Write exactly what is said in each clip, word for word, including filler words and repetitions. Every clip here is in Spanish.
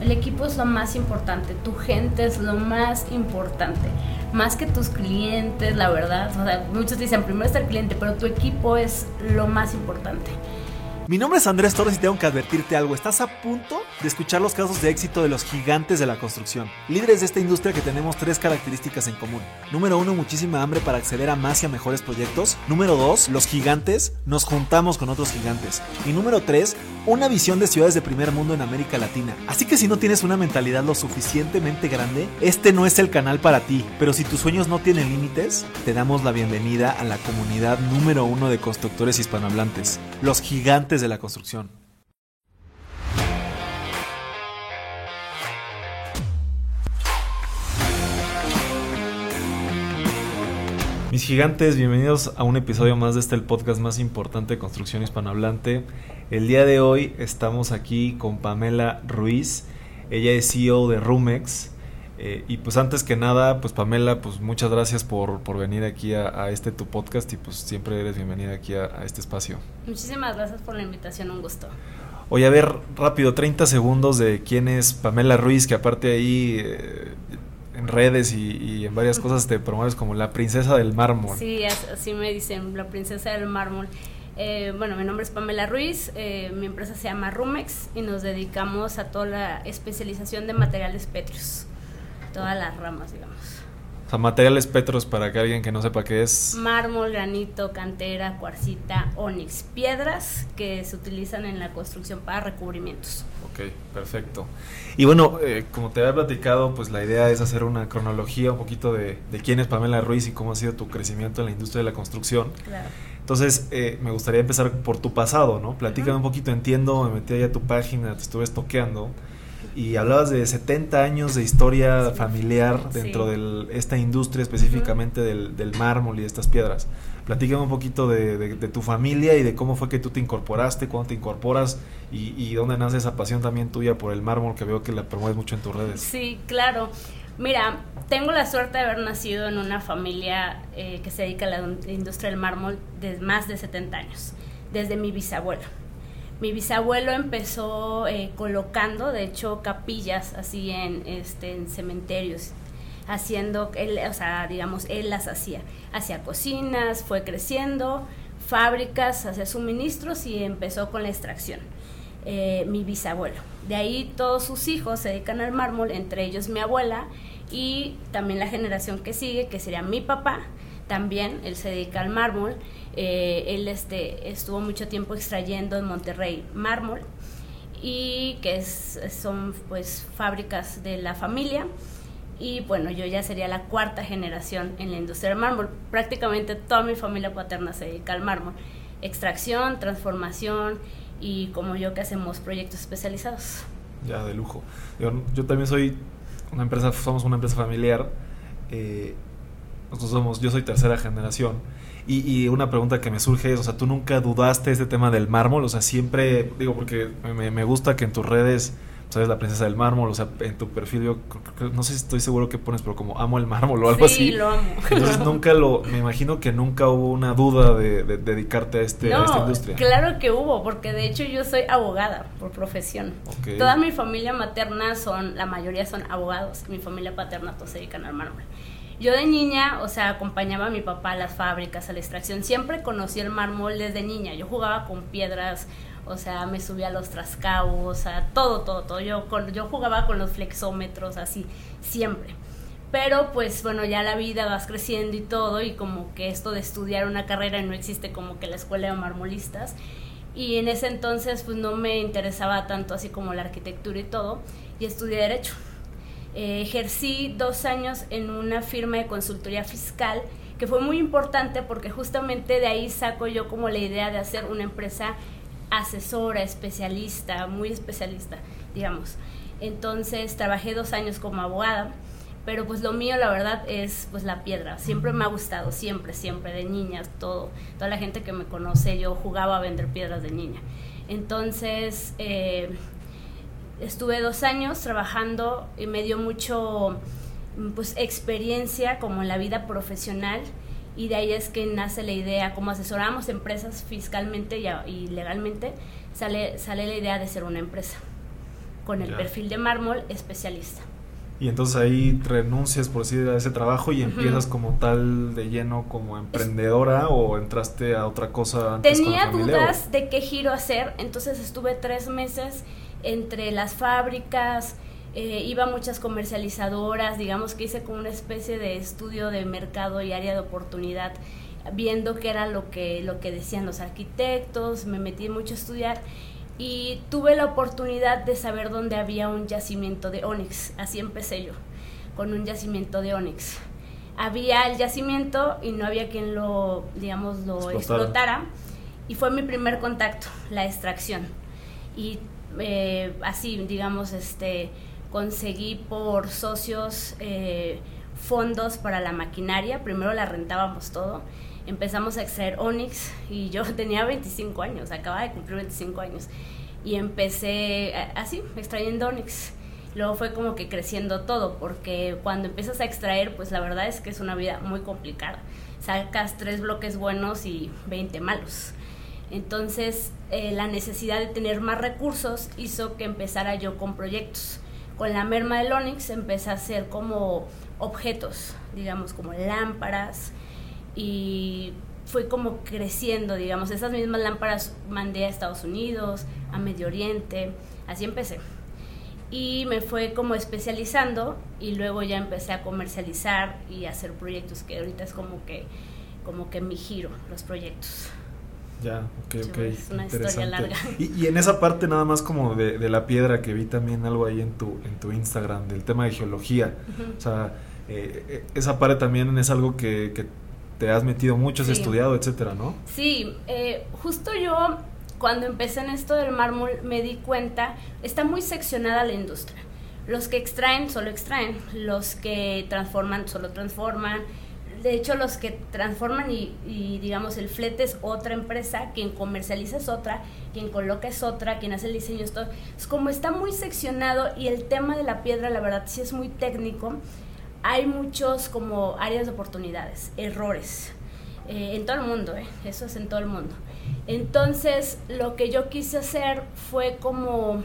el equipo es lo más importante, tu gente es lo más importante, más que tus clientes, la verdad. O sea, muchos dicen primero está el cliente, pero tu equipo es lo más importante. Mi nombre es Andrés Torres y tengo que advertirte algo. Estás a punto de escuchar los casos de éxito de los gigantes de la construcción, líderes de esta industria que tenemos tres características en común. Número uno, muchísima hambre para acceder a más y a mejores proyectos. Número dos, los gigantes nos juntamos con otros gigantes. Y número tres, una visión de ciudades de primer mundo en América Latina. Así que si no tienes una mentalidad lo suficientemente grande, este no es el canal para ti. Pero si tus sueños no tienen límites, te damos la bienvenida a la comunidad número uno de constructores hispanohablantes, los gigantes de la construcción. Mis gigantes, bienvenidos a un episodio más de este, el podcast más importante de construcción hispanohablante. El día de hoy estamos aquí con Pamela Ruiz. Ella es C E O de Rumex. Eh, y pues antes que nada, pues Pamela, pues muchas gracias por, por venir aquí a, a este tu podcast y pues siempre eres bienvenida aquí a, a este espacio. Muchísimas gracias por la invitación, un gusto. Oye, a ver, rápido, treinta segundos de quién es Pamela Ruiz, que aparte ahí eh, en redes y, y en varias cosas te promueves como la princesa del mármol. Sí, así me dicen, la princesa del mármol. Eh, bueno, mi nombre es Pamela Ruiz, eh, mi empresa se llama Rumex y nos dedicamos a toda la especialización de materiales pétreos. Todas las ramas, digamos. O sea, materiales pétreos, para que alguien que no sepa qué es. Mármol, granito, cantera, cuarcita, ónix, piedras que se utilizan en la construcción para recubrimientos. Ok, perfecto. Y bueno, eh, como te había platicado, pues la idea es hacer una cronología un poquito de, de quién es Pamela Ruiz y cómo ha sido tu crecimiento en la industria de la construcción. Claro. Entonces, eh, me gustaría empezar por tu pasado, ¿no? Platícame uh-huh. un poquito, entiendo, me metí ahí a tu página, te estuve estoqueando. Y hablabas de setenta años de historia sí. familiar dentro sí. de esta industria específicamente uh-huh. del, del mármol y de estas piedras. Platícame un poquito de, de, de tu familia y de cómo fue que tú te incorporaste, cuándo te incorporas y, y dónde nace esa pasión también tuya por el mármol, que veo que la promueves mucho en tus redes. Sí, claro. Mira, tengo la suerte de haber nacido en una familia eh, que se dedica a la industria del mármol de más de setenta años, desde mi bisabuelo. Mi bisabuelo empezó eh, colocando, de hecho, capillas así en, este, en cementerios, haciendo, él, o sea, digamos, él las hacía. Hacía cocinas, fue creciendo, fábricas, hacía suministros y empezó con la extracción. Eh, mi bisabuelo. De ahí todos sus hijos se dedican al mármol, entre ellos mi abuela y también la generación que sigue, que sería mi papá. También él se dedica al mármol. Eh, él este, estuvo mucho tiempo extrayendo en Monterrey mármol y que es, son pues fábricas de la familia. Y bueno, yo ya sería la cuarta generación en la industria del mármol. Prácticamente toda mi familia paterna se dedica al mármol. Extracción, transformación y como yo que hacemos proyectos especializados. Ya, de lujo. Yo, yo también soy una empresa, somos una empresa familiar. Eh, nosotros somos, yo soy tercera generación. Y, y una pregunta que me surge es, o sea, ¿tú nunca dudaste este tema del mármol? O sea, siempre, digo, porque me, me gusta que en tus redes, sabes, la princesa del mármol, o sea, en tu perfil yo, no sé si estoy seguro qué pones, pero como amo el mármol o algo sí, así. Sí, lo amo. Entonces nunca lo, me imagino que nunca hubo una duda de, de, de dedicarte a, este, no, a esta industria. Claro que hubo, porque de hecho yo soy abogada por profesión. Okay. Toda mi familia materna son, la mayoría son abogados, mi familia paterna todos se dedican al mármol. Yo de niña, o sea, acompañaba a mi papá a las fábricas, a la extracción. Siempre conocí el mármol desde niña. Yo jugaba con piedras, o sea, me subía a los trascabos, o sea, todo, todo, todo. Yo, con, yo jugaba con los flexómetros, así, siempre. Pero, pues, bueno, ya la vida vas creciendo y todo, y como que esto de estudiar una carrera no existe como que la escuela de marmolistas. Y en ese entonces, pues, no me interesaba tanto así como la arquitectura y todo, y estudié Derecho. Eh, ejercí dos años en una firma de consultoría fiscal que fue muy importante porque justamente de ahí saco yo como la idea de hacer una empresa asesora, especialista, muy especialista, digamos. Entonces trabajé dos años como abogada, pero pues lo mío la verdad es pues la piedra. Siempre me ha gustado, siempre, siempre, de niña, todo. Toda la gente que me conoce, yo jugaba a vender piedras de niña. Entonces... Eh, Estuve dos años trabajando y me dio mucho pues experiencia como en la vida profesional y de ahí es que nace la idea, como asesoramos empresas fiscalmente y, y legalmente, sale, sale la idea de ser una empresa. con el ya. perfil de mármol especialista. Y entonces ahí renuncias, por decir, a ese trabajo y uh-huh. empiezas como tal de lleno como emprendedora es... o entraste a otra cosa antes. Tenía con la familia, dudas o... de qué giro hacer, entonces estuve tres meses entre las fábricas, eh, iba a muchas comercializadoras, digamos que hice como una especie de estudio de mercado y área de oportunidad, viendo qué era lo que, lo que decían los arquitectos, me metí mucho a estudiar. Y tuve la oportunidad de saber dónde había un yacimiento de ónix, así empecé yo, con un yacimiento de ónix. Había el yacimiento y no había quien lo, digamos, lo explotara, explotara y fue mi primer contacto, la extracción. Y eh, así, digamos, este, conseguí por socios eh, fondos para la maquinaria, primero la rentábamos todo. Empezamos a extraer ónix y yo tenía veinticinco años, acababa de cumplir veinticinco años y empecé así, extrayendo ónix. Luego fue como que creciendo todo, porque cuando empiezas a extraer, pues la verdad es que es una vida muy complicada. Sacas tres bloques buenos y veinte malos. Entonces, eh, la necesidad de tener más recursos hizo que empezara yo con proyectos. Con la merma del ónix empecé a hacer como objetos, digamos, como lámparas, y fue como creciendo, digamos, esas mismas lámparas mandé a Estados Unidos, a Medio Oriente, así empecé. Y me fue como especializando y luego ya empecé a comercializar y a hacer proyectos, que ahorita es como que, como que mi giro, los proyectos. Ya, ok, ok. Es una historia larga. Y, y en esa parte nada más como de, de la piedra, que vi también algo ahí en tu, en tu Instagram, del tema de geología. Uh-huh. O sea, eh, esa parte también es algo que... que te has metido mucho, has sí. estudiado, etcétera, ¿no? Sí, eh, justo yo cuando empecé en esto del mármol me di cuenta, está muy seccionada la industria. Los que extraen solo extraen, los que transforman solo transforman. De hecho, los que transforman y, y digamos el flete es otra empresa, quien comercializa es otra, quien coloca es otra, quien hace el diseño es todo. Es como está muy seccionado y el tema de la piedra, la verdad, sí es muy técnico. Hay muchos como áreas de oportunidades, errores, eh, en todo el mundo, eh, eso es en todo el mundo. Entonces, lo que yo quise hacer fue como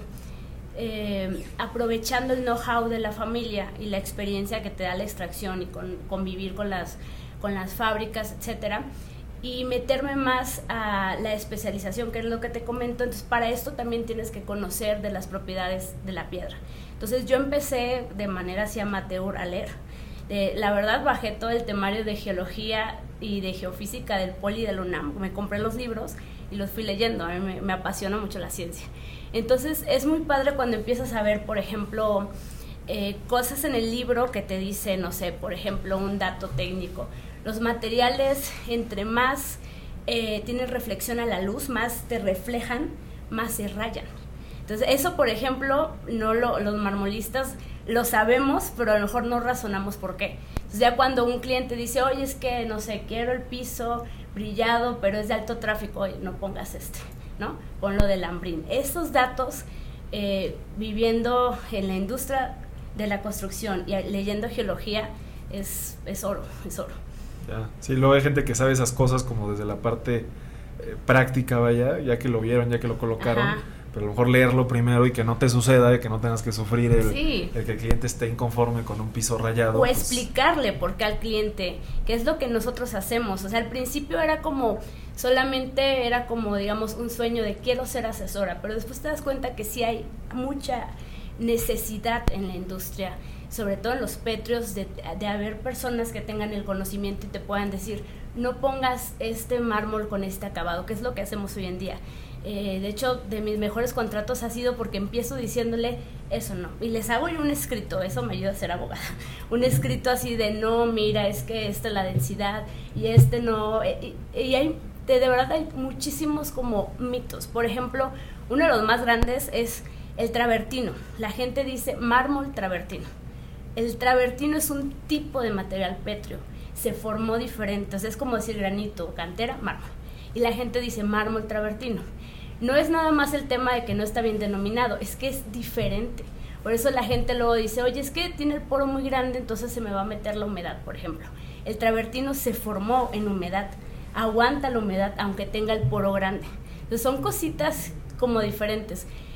eh, aprovechando el know-how de la familia y la experiencia que te da la extracción y con, convivir con las, con las fábricas, etcétera, y meterme más a la especialización, que es lo que te comento. Entonces, para esto también tienes que conocer de las propiedades de la piedra. Entonces, yo empecé de manera así amateur a leer. De, la verdad, bajé todo el temario de geología y de geofísica del Poli y del UNAM. Me compré los libros y los fui leyendo. A mí me, me apasiona mucho la ciencia. Entonces, es muy padre cuando empiezas a ver, por ejemplo, eh, cosas en el libro que te dicen, no sé, por ejemplo, un dato técnico. Los materiales, entre más eh, tienen reflexión a la luz, más te reflejan, más se rayan. Entonces, eso, por ejemplo, no lo, los marmolistas lo sabemos, pero a lo mejor no razonamos por qué. Entonces, ya cuando un cliente dice, oye, es que, no sé, quiero el piso brillado, pero es de alto tráfico, oye, no pongas este, ¿no? Ponlo de lambrín. Estos datos, eh, viviendo en la industria de la construcción y leyendo geología, es, es oro, es oro. Ya. Sí, luego hay gente que sabe esas cosas como desde la parte eh, práctica, vaya, ya que lo vieron, ya que lo colocaron. Ajá. Pero a lo mejor leerlo primero y que no te suceda, y que no tengas que sufrir el, sí. el que el cliente esté inconforme con un piso rayado. O pues. explicarle por qué al cliente, que es lo que nosotros hacemos. O sea, al principio era como, solamente era como, digamos, un sueño de quiero ser asesora, pero después te das cuenta que sí hay mucha necesidad en la industria, sobre todo en los pétreos, de, de haber personas que tengan el conocimiento y te puedan decir, no pongas este mármol con este acabado, que es lo que hacemos hoy en día. Eh, de hecho, de mis mejores contratos ha sido porque empiezo diciéndole eso no, y les hago yo un escrito, eso me ayuda a ser abogada, un escrito así de no, mira, es que esta es la densidad y este no, y, y hay, de, de verdad hay muchísimos como mitos. Por ejemplo, uno de los más grandes es el travertino. La gente dice mármol travertino. El travertino es un tipo de material pétreo, se formó diferente, o sea, es como decir granito, cantera, mármol, y la gente dice mármol travertino. No es nada más el tema de que no está bien denominado, es que es diferente. Por eso la gente luego dice, oye, es que tiene el poro muy grande, entonces se me va a meter la humedad, por ejemplo. El travertino se formó en humedad, aguanta la humedad aunque tenga el poro grande. Entonces son cositas como diferentes.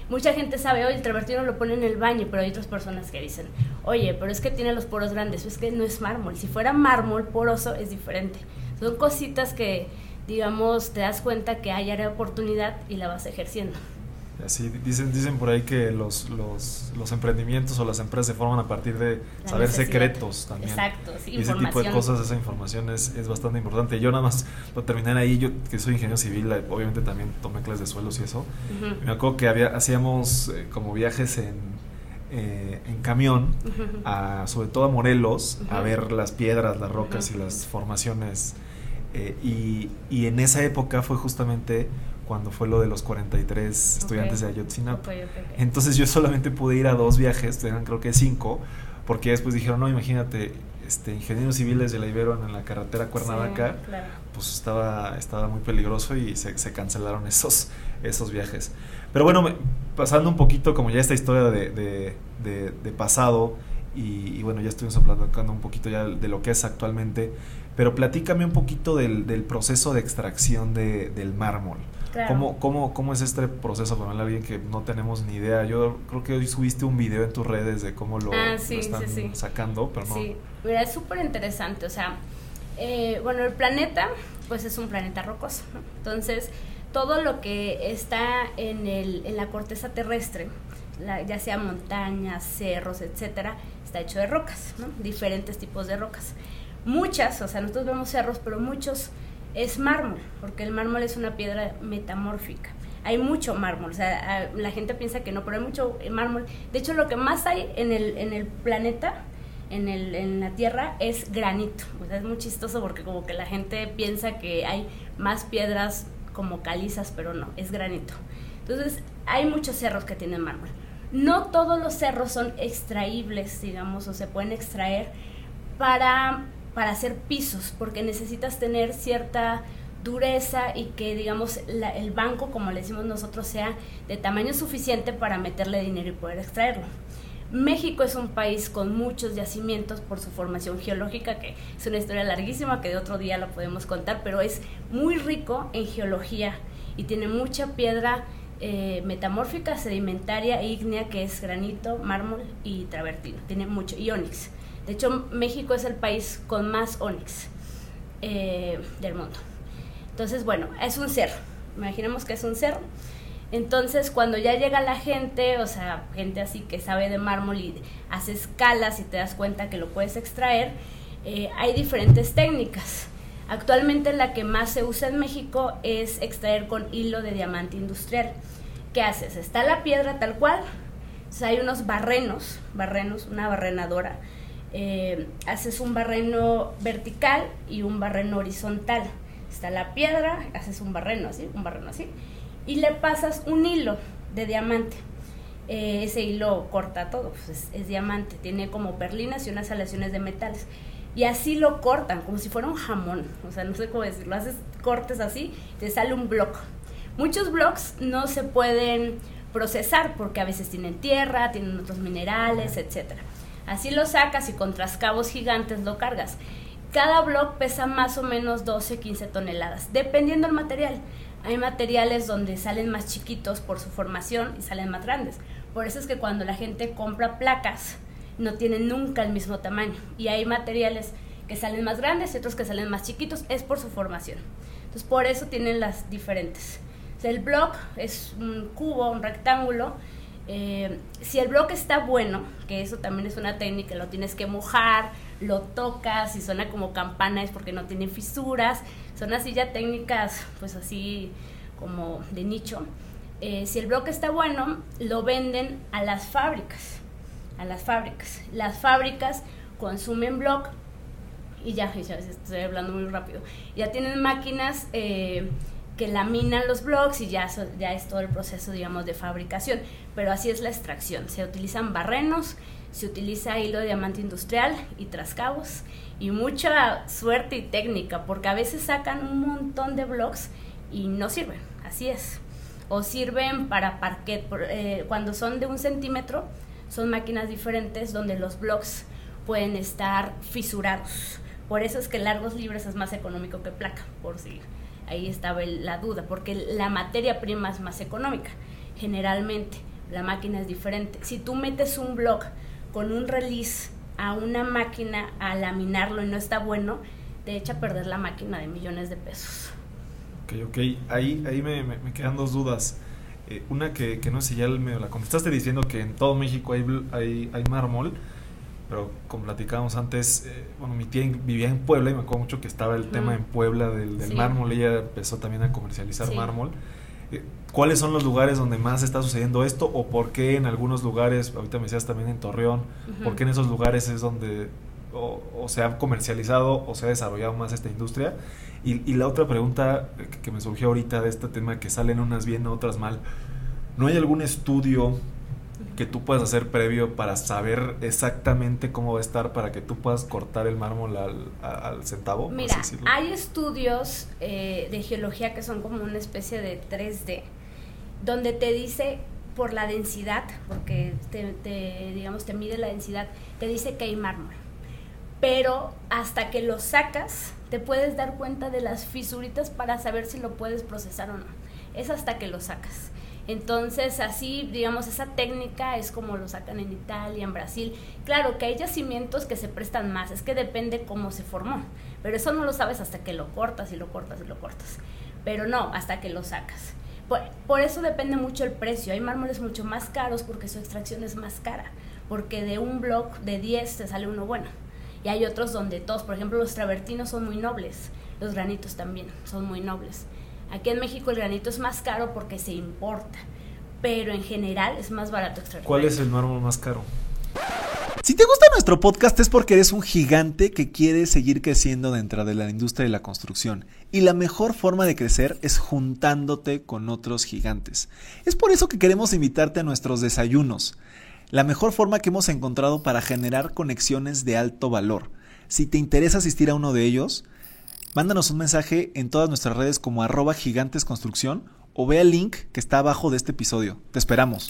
Mucha gente sabe, oye, el travertino lo pone en el baño, pero hay otras personas que dicen, oye, pero es que tiene los poros grandes, es que no es mármol. Si fuera mármol poroso es diferente. Son cositas que, digamos, te das cuenta que hay área de oportunidad y la vas ejerciendo. Así dicen, dicen por ahí que los, los, los emprendimientos o las empresas se forman a partir de la saber necesidad. Secretos también. Exacto, sí, y ese tipo de cosas, esa información es, es bastante importante. Yo nada más, para terminar ahí, yo que soy ingeniero civil, obviamente también tomé clases de suelos y eso. Uh-huh. Me acuerdo que había, hacíamos eh, como viajes en, eh, en camión, uh-huh. a, sobre todo a Morelos, uh-huh. a ver las piedras, las rocas uh-huh. y las formaciones. Eh, y, y en esa época fue justamente cuando fue lo de los cuarenta y tres okay. estudiantes de Ayotzinapa. Okay, okay, okay. Entonces yo solamente pude ir a dos viajes, eran creo que cinco, porque después dijeron, no, imagínate, este, ingenieros civiles de la Ibero en la carretera Cuernavaca, sí, claro. pues estaba, estaba muy peligroso y se, se cancelaron esos, esos viajes. Pero bueno, pasando un poquito como ya esta historia de, de, de, de pasado, y, y bueno, ya estuvimos platicando un poquito ya de lo que es actualmente, pero platícame un poquito del, del proceso de extracción de, del mármol. Claro. ¿Cómo, cómo, ¿Cómo es este proceso para alguien que no tenemos ni idea? Yo creo que hoy subiste un video en tus redes de cómo lo, ah, sí, lo están sí, sí. sacando, pero no. Sí, mira, es súper interesante, o sea, eh, bueno, el planeta, pues es un planeta rocoso, ¿no? Entonces, todo lo que está en, el, en la corteza terrestre, la, ya sea montañas, cerros, etcétera, está hecho de rocas, ¿no? Diferentes tipos de rocas. Muchas, o sea, nosotros vemos cerros, pero muchos es mármol, porque el mármol es una piedra metamórfica. Hay mucho mármol, o sea, la gente piensa que no, pero hay mucho mármol. De hecho, lo que más hay en el, en el planeta, en, el, en la Tierra, es granito. O sea, es muy chistoso porque como que la gente piensa que hay más piedras como calizas, pero no, es granito. Entonces, hay muchos cerros que tienen mármol. No todos los cerros son extraíbles, digamos, o se pueden extraer para... para hacer pisos, porque necesitas tener cierta dureza y que, digamos, la, el banco, como le decimos nosotros, sea de tamaño suficiente para meterle dinero y poder extraerlo. México es un país con muchos yacimientos por su formación geológica, que es una historia larguísima que de otro día la podemos contar, pero es muy rico en geología y tiene mucha piedra eh, metamórfica, sedimentaria e ígnea, que es granito, mármol y travertino. Tiene mucho, y ónix. De hecho, México es el país con más ónix eh, del mundo. Entonces, bueno, es un cerro. Imaginemos que es un cerro. Entonces, cuando ya llega la gente, o sea, gente así que sabe de mármol y hace escalas y te das cuenta que lo puedes extraer, eh, hay diferentes técnicas. Actualmente la que más se usa en México es extraer con hilo de diamante industrial. ¿Qué haces? Está la piedra tal cual, o sea, hay unos barrenos, barrenos, una barrenadora. Eh, haces un barreno vertical y un barreno horizontal. Está la piedra, haces un barreno así, un barreno así, y le pasas un hilo de diamante. Eh, ese hilo corta todo, pues es, es diamante, tiene como perlinas y unas aleaciones de metales. Y así lo cortan, como si fuera un jamón, o sea, no sé cómo decirlo, haces cortes así, te sale un bloque. Muchos blocks no se pueden procesar porque a veces tienen tierra, tienen otros minerales, etcétera. Así lo sacas y con trascabos gigantes lo cargas. Cada bloque pesa más o menos doce, quince toneladas, dependiendo del material. Hay materiales donde salen más chiquitos por su formación y salen más grandes. Por eso es que cuando la gente compra placas, no tienen nunca el mismo tamaño. Y hay materiales que salen más grandes y otros que salen más chiquitos, es por su formación. Entonces, por eso tienen las diferentes. O sea, el bloque es un cubo, un rectángulo. Eh, si el bloque está bueno, que eso también es una técnica, lo tienes que mojar, lo tocas y suena como campana, es porque no tiene fisuras, son así ya técnicas pues así como de nicho. Eh, si el bloque está bueno, lo venden a las fábricas, a las fábricas, las fábricas consumen bloque y ya, ya estoy hablando muy rápido, ya tienen máquinas eh, que laminan los blocks y ya, ya es todo el proceso, digamos, de fabricación. Pero así es la extracción. Se utilizan barrenos, se utiliza hilo de diamante industrial y trascabos y mucha suerte y técnica, porque a veces sacan un montón de blocks y no sirven, así es. O sirven para parquet, eh, cuando son de un centímetro, son máquinas diferentes donde los blocks pueden estar fisurados. Por eso es que largos libres es más económico que placa, por si... Ahí estaba la duda, porque la materia prima es más económica, generalmente, la máquina es diferente. Si tú metes un block con un release a una máquina a laminarlo y no está bueno, te echa a perder la máquina de millones de pesos. Ok, ok, ahí, ahí me, me, me quedan dos dudas. Eh, una que, que no sé si ya me la contestaste diciendo que en todo México hay, hay, hay mármol, pero como platicábamos antes, eh, bueno, mi tía vivía en Puebla y me acuerdo mucho que estaba el uh-huh. tema en Puebla del, del sí. mármol. Ella empezó también a comercializar sí. mármol. Eh, ¿Cuáles son los lugares donde más está sucediendo esto? ¿O por qué en algunos lugares, ahorita me decías también en Torreón, uh-huh. por qué en esos lugares es donde o, o se ha comercializado o se ha desarrollado más esta industria? Y, y la otra pregunta que, que me surgió ahorita de este tema, que salen unas bien, otras mal, ¿no hay algún estudio que tú puedas hacer previo para saber exactamente cómo va a estar para que tú puedas cortar el mármol al, al centavo? Mira, hay estudios eh, de geología que son como una especie de tres D, donde te dice por la densidad, porque te, te, digamos, te mide la densidad, te dice que hay mármol. Pero hasta que lo sacas, te puedes dar cuenta de las fisuritas para saber si lo puedes procesar o no. Es hasta que lo sacas. Entonces, así, digamos, esa técnica es como lo sacan en Italia, en Brasil. Claro que hay yacimientos que se prestan más, es que depende cómo se formó. Pero eso no lo sabes hasta que lo cortas y lo cortas y lo cortas. Pero no, hasta que lo sacas. Por, por eso depende mucho el precio. Hay mármoles mucho más caros porque su extracción es más cara. Porque de un block de diez te sale uno bueno. Y hay otros donde todos, por ejemplo, los travertinos son muy nobles. Los granitos también son muy nobles. Aquí en México el granito es más caro porque se importa, pero en general es más barato extraer. ¿Cuál es el mármol más caro? Si te gusta nuestro podcast es porque eres un gigante que quiere seguir creciendo dentro de la industria de la construcción. Y la mejor forma de crecer es juntándote con otros gigantes. Es por eso que queremos invitarte a nuestros desayunos. La mejor forma que hemos encontrado para generar conexiones de alto valor. Si te interesa asistir a uno de ellos, mándanos un mensaje en todas nuestras redes como arroba gigantesconstrucción o ve el link que está abajo de este episodio. Te esperamos.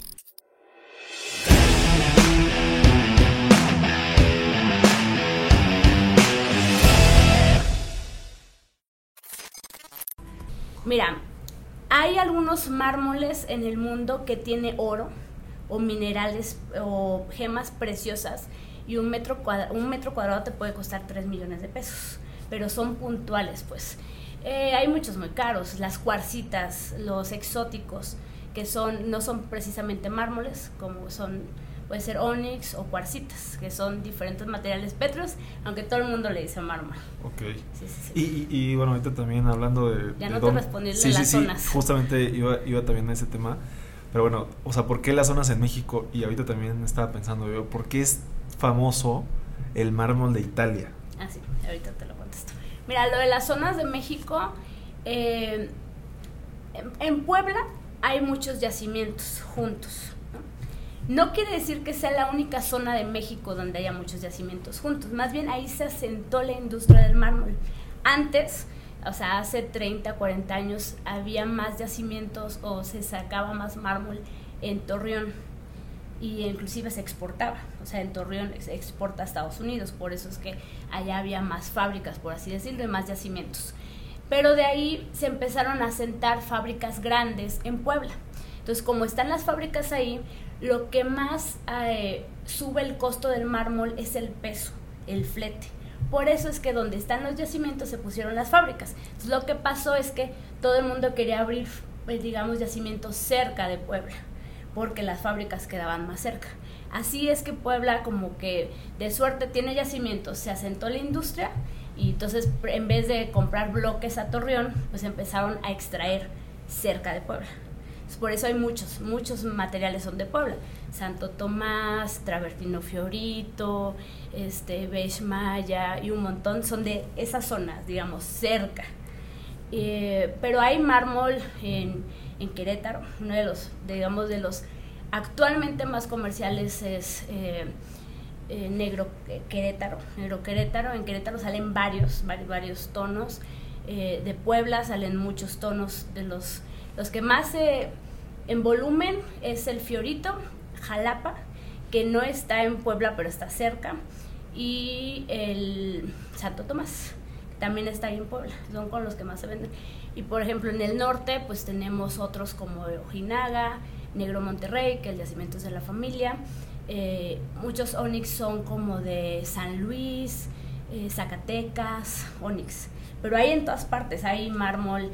Mira, hay algunos mármoles en el mundo que tiene oro o minerales o gemas preciosas y un metro cuadrado, un metro cuadrado te puede costar tres millones de pesos. Pero son puntuales, pues. Eh, hay muchos muy caros, las cuarcitas, los exóticos, que son no son precisamente mármoles, como son, puede ser ónix o cuarcitas, que son diferentes materiales pétreos, aunque todo el mundo le dice mármol. Ok. Sí, sí, sí. Y, y, y bueno, ahorita también hablando de... Ya de no don... te respondí sí, las sí, zonas. Sí, justamente iba, iba también a ese tema, pero bueno, o sea, ¿por qué las zonas en México? Y ahorita también estaba pensando yo, ¿por qué es famoso el mármol de Italia? Ah, sí, ahorita te lo contesto. Mira, lo de las zonas de México, eh, en, en Puebla hay muchos yacimientos juntos, ¿no? No quiere decir que sea la única zona de México donde haya muchos yacimientos juntos, más bien ahí se asentó la industria del mármol. Antes, o sea, hace treinta, cuarenta años, había más yacimientos o se sacaba más mármol en Torreón. Y inclusive se exportaba, o sea, en Torreón se exporta a Estados Unidos, por eso es que allá había más fábricas, por así decirlo, y más yacimientos. Pero de ahí se empezaron a asentar fábricas grandes en Puebla. Entonces, como están las fábricas ahí, lo que más eh, sube el costo del mármol es el peso, el flete. Por eso es que donde están los yacimientos se pusieron las fábricas. Entonces, lo que pasó es que todo el mundo quería abrir, pues, digamos, yacimientos cerca de Puebla, porque las fábricas quedaban más cerca. Así es que Puebla, como que de suerte tiene yacimientos, se asentó la industria y entonces en vez de comprar bloques a Torreón, pues empezaron a extraer cerca de Puebla. Entonces, por eso hay muchos, muchos materiales son de Puebla. Santo Tomás, Travertino Fiorito, este, Beige Maya y un montón son de esas zonas, digamos, cerca. Eh, pero hay mármol en... en Querétaro, uno de los, digamos, de los actualmente más comerciales es eh, eh, Negro Querétaro, Negro Querétaro, en Querétaro salen varios, varios, varios tonos, eh, de Puebla salen muchos tonos, de los, los que más eh, en volumen es el Fiorito, Jalapa, que no está en Puebla pero está cerca, y el Santo Tomás, que también está ahí en Puebla, son con los que más se venden. Y por ejemplo en el norte pues tenemos otros como Ojinaga, Negro Monterrey, que el yacimiento es de la familia. Eh, muchos ónix son como de San Luis, eh, Zacatecas, ónix. Pero hay en todas partes, hay mármol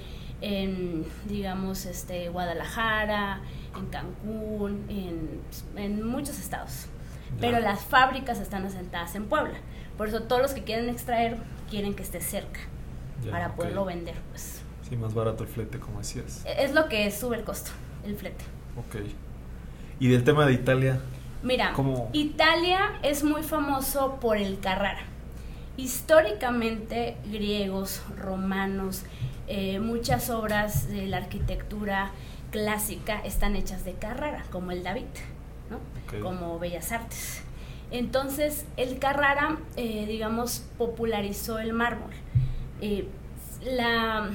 en, digamos, este, Guadalajara, en Cancún, en, en muchos estados. Ya. Pero las fábricas están asentadas en Puebla. Por eso todos los que quieren extraer quieren que esté cerca, ya, para okay. poderlo vender, pues. Sí, más barato el flete, como decías. Es lo que sube el costo, el flete. Ok. ¿Y del tema de Italia? Mira, ¿cómo? Italia es muy famoso por el Carrara. Históricamente, griegos, romanos, eh, muchas obras de la arquitectura clásica están hechas de Carrara, como el David, ¿no? Okay. Como Bellas Artes. Entonces, el Carrara, eh, digamos, popularizó el mármol. Eh, la,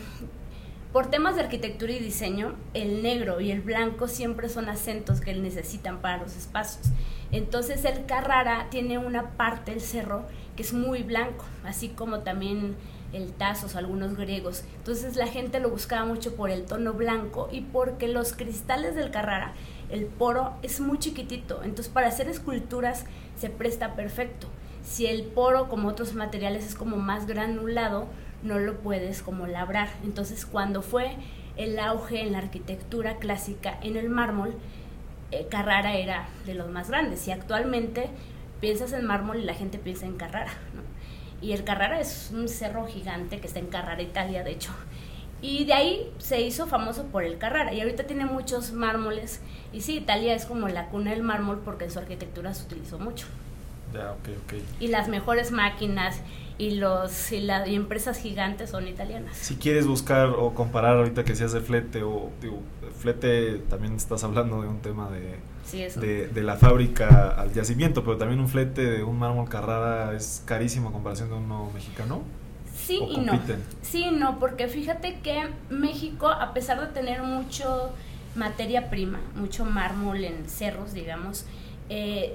por temas de arquitectura y diseño, el negro y el blanco siempre son acentos que necesitan para los espacios. Entonces, el Carrara tiene una parte, el cerro, que es muy blanco, así como también el Tasos, algunos griegos. Entonces, la gente lo buscaba mucho por el tono blanco y porque los cristales del Carrara, el poro es muy chiquitito, entonces para hacer esculturas se presta perfecto. Si el poro, como otros materiales, es como más granulado, no lo puedes como labrar. Entonces, cuando fue el auge en la arquitectura clásica en el mármol, eh, Carrara era de los más grandes, y actualmente piensas en mármol y la gente piensa en Carrara, ¿no? Y el Carrara es un cerro gigante que está en Carrara, Italia, de hecho. Y de ahí se hizo famoso por el Carrara, y ahorita tiene muchos mármoles. Y sí, Italia es como la cuna del mármol porque en su arquitectura se utilizó mucho. Ya, ok, ok. Y las mejores máquinas y los y las empresas gigantes son italianas. Si quieres buscar o comparar ahorita que seas de flete, o digo, flete también estás hablando de un tema de, sí, eso. de, de la fábrica al yacimiento, pero también un flete de un mármol Carrara es carísimo a comparación de uno mexicano. Sí y no. Sí y no, porque fíjate que México, a pesar de tener mucho materia prima, mucho mármol en cerros, digamos, eh,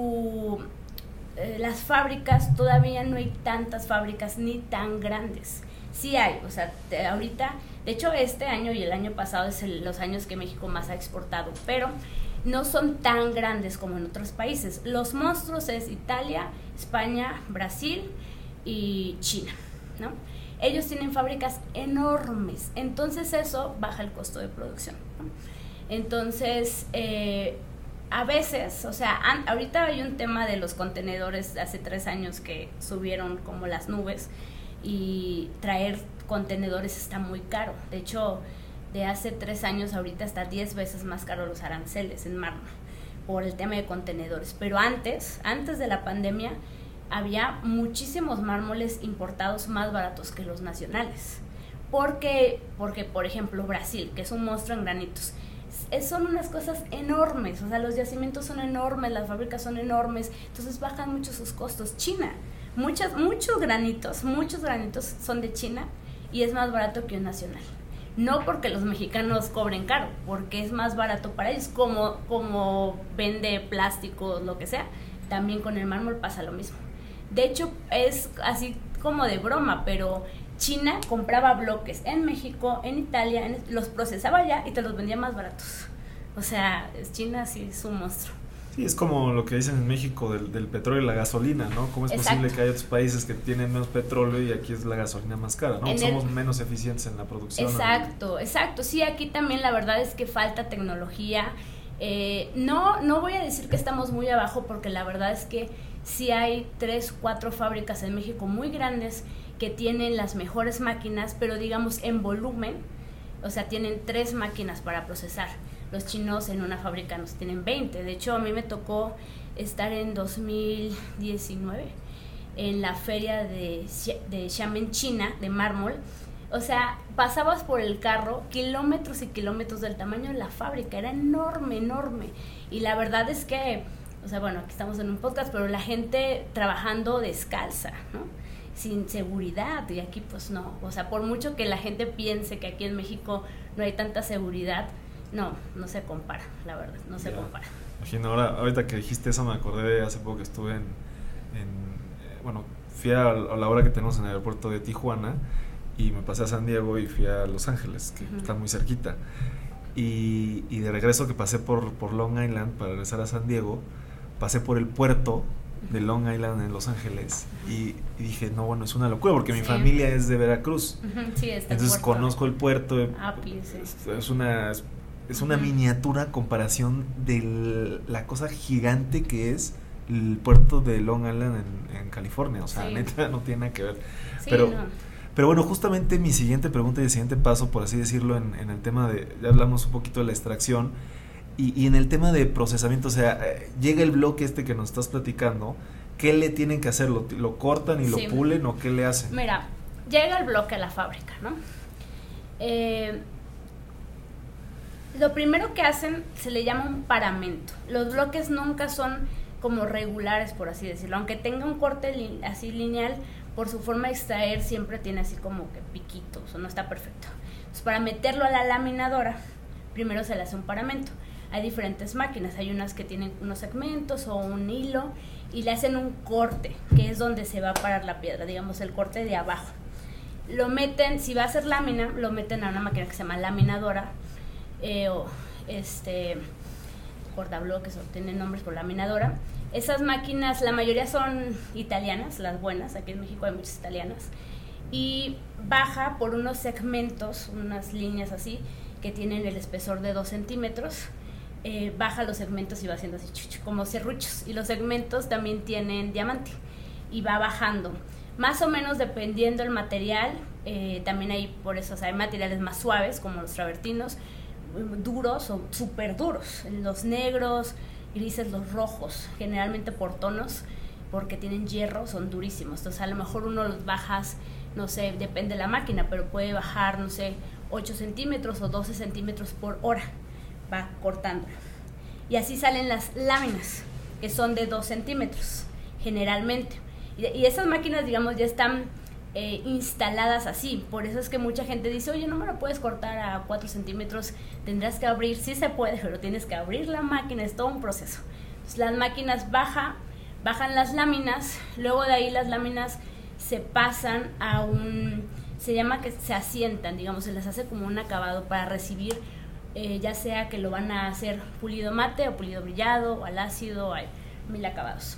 su eh, las fábricas, todavía no hay tantas fábricas ni tan grandes. Sí hay, o sea, te, ahorita, de hecho este año y el año pasado es el, los años que México más ha exportado, pero no son tan grandes como en otros países. Los monstruos es Italia, España, Brasil y China, ¿no? Ellos tienen fábricas enormes, entonces eso baja el costo de producción, ¿no? Entonces, eh, a veces, o sea, an, ahorita hay un tema de los contenedores de hace tres años que subieron como las nubes, y traer contenedores está muy caro. De hecho, de hace tres años ahorita está diez veces más caro los aranceles en mármol por el tema de contenedores. Pero antes, antes de la pandemia, había muchísimos mármoles importados más baratos que los nacionales. Porque, porque por ejemplo, Brasil, que es un monstruo en granitos, es, son unas cosas enormes, o sea, los yacimientos son enormes, las fábricas son enormes, entonces bajan mucho sus costos. China, muchas, muchos granitos, muchos granitos son de China y es más barato que un nacional. No porque los mexicanos cobren caro, porque es más barato para ellos, como, como vende plásticos, lo que sea, también con el mármol pasa lo mismo. De hecho, es así como de broma, pero China compraba bloques en México, en Italia, en, los procesaba allá y te los vendía más baratos. O sea, China sí es un monstruo. Sí, es como lo que dicen en México del, del petróleo y la gasolina, ¿no? ¿Cómo es Exacto. posible que hay otros países que tienen menos petróleo y aquí es la gasolina más cara, ¿no? En Somos el... menos eficientes en la producción. Exacto, ¿no? exacto. Sí, aquí también la verdad es que falta tecnología. Eh, no, no voy a decir que estamos muy abajo, porque la verdad es que sí hay tres, cuatro fábricas en México muy grandes que tienen las mejores máquinas, pero digamos en volumen, o sea, tienen tres máquinas para procesar. Los chinos en una fábrica nos tienen veinte. De hecho, a mí me tocó estar en dos mil diecinueve en la feria de, de Xiamen, China, de mármol. O sea, pasabas por el carro, kilómetros y kilómetros del tamaño de la fábrica, era enorme, enorme. Y la verdad es que, o sea, bueno, aquí estamos en un podcast, pero la gente trabajando descalza, ¿no? Sin seguridad, y aquí pues no. O sea, por mucho que la gente piense que aquí en México no hay tanta seguridad, no, no se compara, la verdad, no se ya. compara. Imagino, ahora, ahorita que dijiste eso me acordé de hace poco que estuve en, en eh, bueno, fui a, a la hora que tenemos en el aeropuerto de Tijuana, y me pasé a San Diego y fui a Los Ángeles, que uh-huh. están muy cerquita. y, y de regreso que pasé por, por Long Island para regresar a San Diego, pasé por el puerto de Long Island en Los Ángeles y, y dije, no, bueno, es una locura porque sí. mi familia es de Veracruz. Uh-huh, sí, está entonces el conozco el puerto. Ah, sí. es, es una es una uh-huh. miniatura comparación de la cosa gigante que es el puerto de Long Island en, en California, o sea, sí. neta no tiene nada que ver. Sí, pero no. pero bueno, justamente mi siguiente pregunta y el siguiente paso, por así decirlo, en, en el tema de, ya hablamos un poquito de la extracción. Y, y en el tema de procesamiento, o sea, eh, llega el bloque este que nos estás platicando, ¿qué le tienen que hacer? ¿Lo, lo cortan y sí. lo pulen o qué le hacen? Mira, llega el bloque a la fábrica, ¿no? Eh, lo primero que hacen se le llama un paramento. Los bloques nunca son como regulares, por así decirlo. Aunque tenga un corte li- así lineal, por su forma de extraer siempre tiene así como que piquitos, o no está perfecto. Entonces, para meterlo a la laminadora, primero se le hace un paramento. Hay diferentes máquinas, hay unas que tienen unos segmentos o un hilo y le hacen un corte, que es donde se va a parar la piedra, digamos el corte de abajo. Lo meten, si va a ser lámina, lo meten a una máquina que se llama laminadora, eh, o este, cortabloques, o tienen nombres por laminadora. Esas máquinas, la mayoría son italianas, las buenas, aquí en México hay muchas italianas, y baja por unos segmentos, unas líneas así, que tienen el espesor de dos centímetros. Eh, baja los segmentos y va haciendo así chuchu, como serruchos, y los segmentos también tienen diamante y va bajando más o menos dependiendo el material. Eh, también hay, por eso, o sea, hay materiales más suaves como los travertinos, duros o súper duros, los negros, grises, los rojos, generalmente por tonos porque tienen hierro, son durísimos. Entonces a lo mejor uno los bajas, no sé, depende de la máquina, pero puede bajar, no sé, ocho centímetros o doce centímetros por hora, va cortando. Y así salen las láminas, que son de dos centímetros, generalmente. Y, y esas máquinas, digamos, ya están eh, instaladas así. Por eso es que mucha gente dice, oye, no me lo puedes cortar a cuatro centímetros, tendrás que abrir. Sí se puede, pero tienes que abrir la máquina, es todo un proceso. Entonces, las máquinas baja, bajan las láminas, luego de ahí las láminas se pasan a un... se llama que se asientan, digamos, se les hace como un acabado para recibir, eh, ya sea que lo van a hacer pulido mate o pulido brillado o al ácido, hay mil acabados.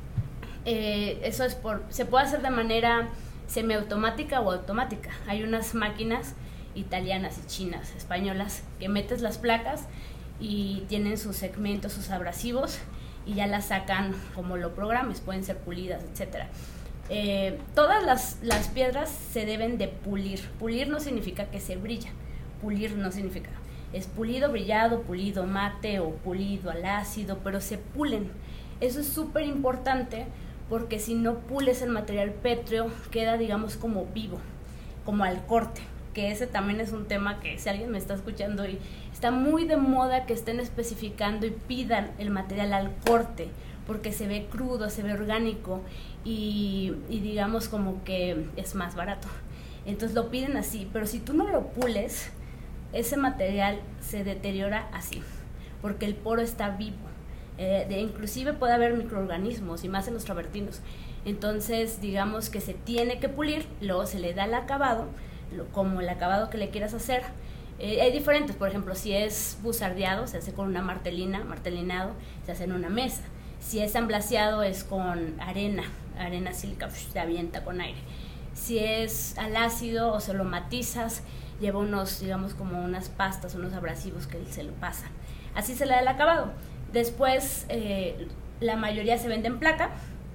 Eh, eso es por, se puede hacer de manera semiautomática o automática. Hay unas máquinas italianas y chinas, españolas, que metes las placas y tienen sus segmentos, sus abrasivos, y ya las sacan como lo programes, pueden ser pulidas, etcétera. Eh, todas las, las piedras se deben de pulir. Pulir no significa que se brilla, pulir no significa, es pulido brillado, pulido mate o pulido al ácido, pero se pulen. Eso es súper importante porque si no pules el material pétreo queda, digamos, como vivo, como al corte, que ese también es un tema que si alguien me está escuchando y está muy de moda que estén especificando y pidan el material al corte, porque se ve crudo, se ve orgánico y, y digamos como que es más barato. Entonces lo piden así, pero si tú no lo pules, ese material se deteriora así, porque el poro está vivo. Eh, de, inclusive puede haber microorganismos y más en los travertinos. Entonces digamos que se tiene que pulir, luego se le da el acabado, lo, como el acabado que le quieras hacer. Eh, hay diferentes, por ejemplo, si es buzardeado, se hace con una martelina, martelinado, se hace en una mesa. Si es amblaseado es con arena, arena sílica, se avienta con aire. Si es al ácido o se lo matizas, lleva unos, digamos, como unas pastas, unos abrasivos que se lo pasan. Así se le da el acabado. Después, eh, la mayoría se vende en placa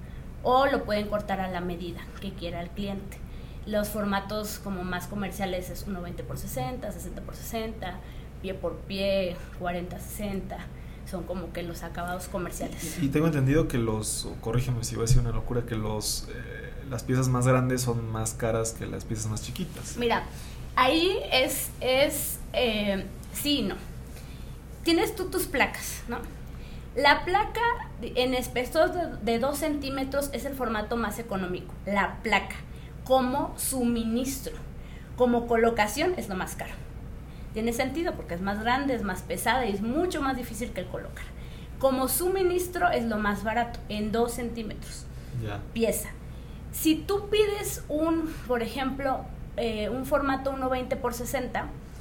o lo pueden cortar a la medida que quiera el cliente. Los formatos como más comerciales es uno veinte por sesenta, sesenta por sesenta, pie por pie, cuarenta sesenta. Son como que los acabados comerciales. Y, y tengo entendido que los, corrígeme si va a ser una locura, que los eh, las piezas más grandes son más caras que las piezas más chiquitas. Mira, ahí es, es eh, sí y no. Tienes tú tus placas, ¿no? La placa en espesor de, de dos centímetros es el formato más económico, la placa. Como suministro, como colocación es lo más caro. Tiene sentido porque es más grande, es más pesada y es mucho más difícil que el colocar. Como suministro es lo más barato, en dos centímetros, yeah. Pieza. Si tú pides un, por ejemplo, eh, un formato uno veinte por sesenta,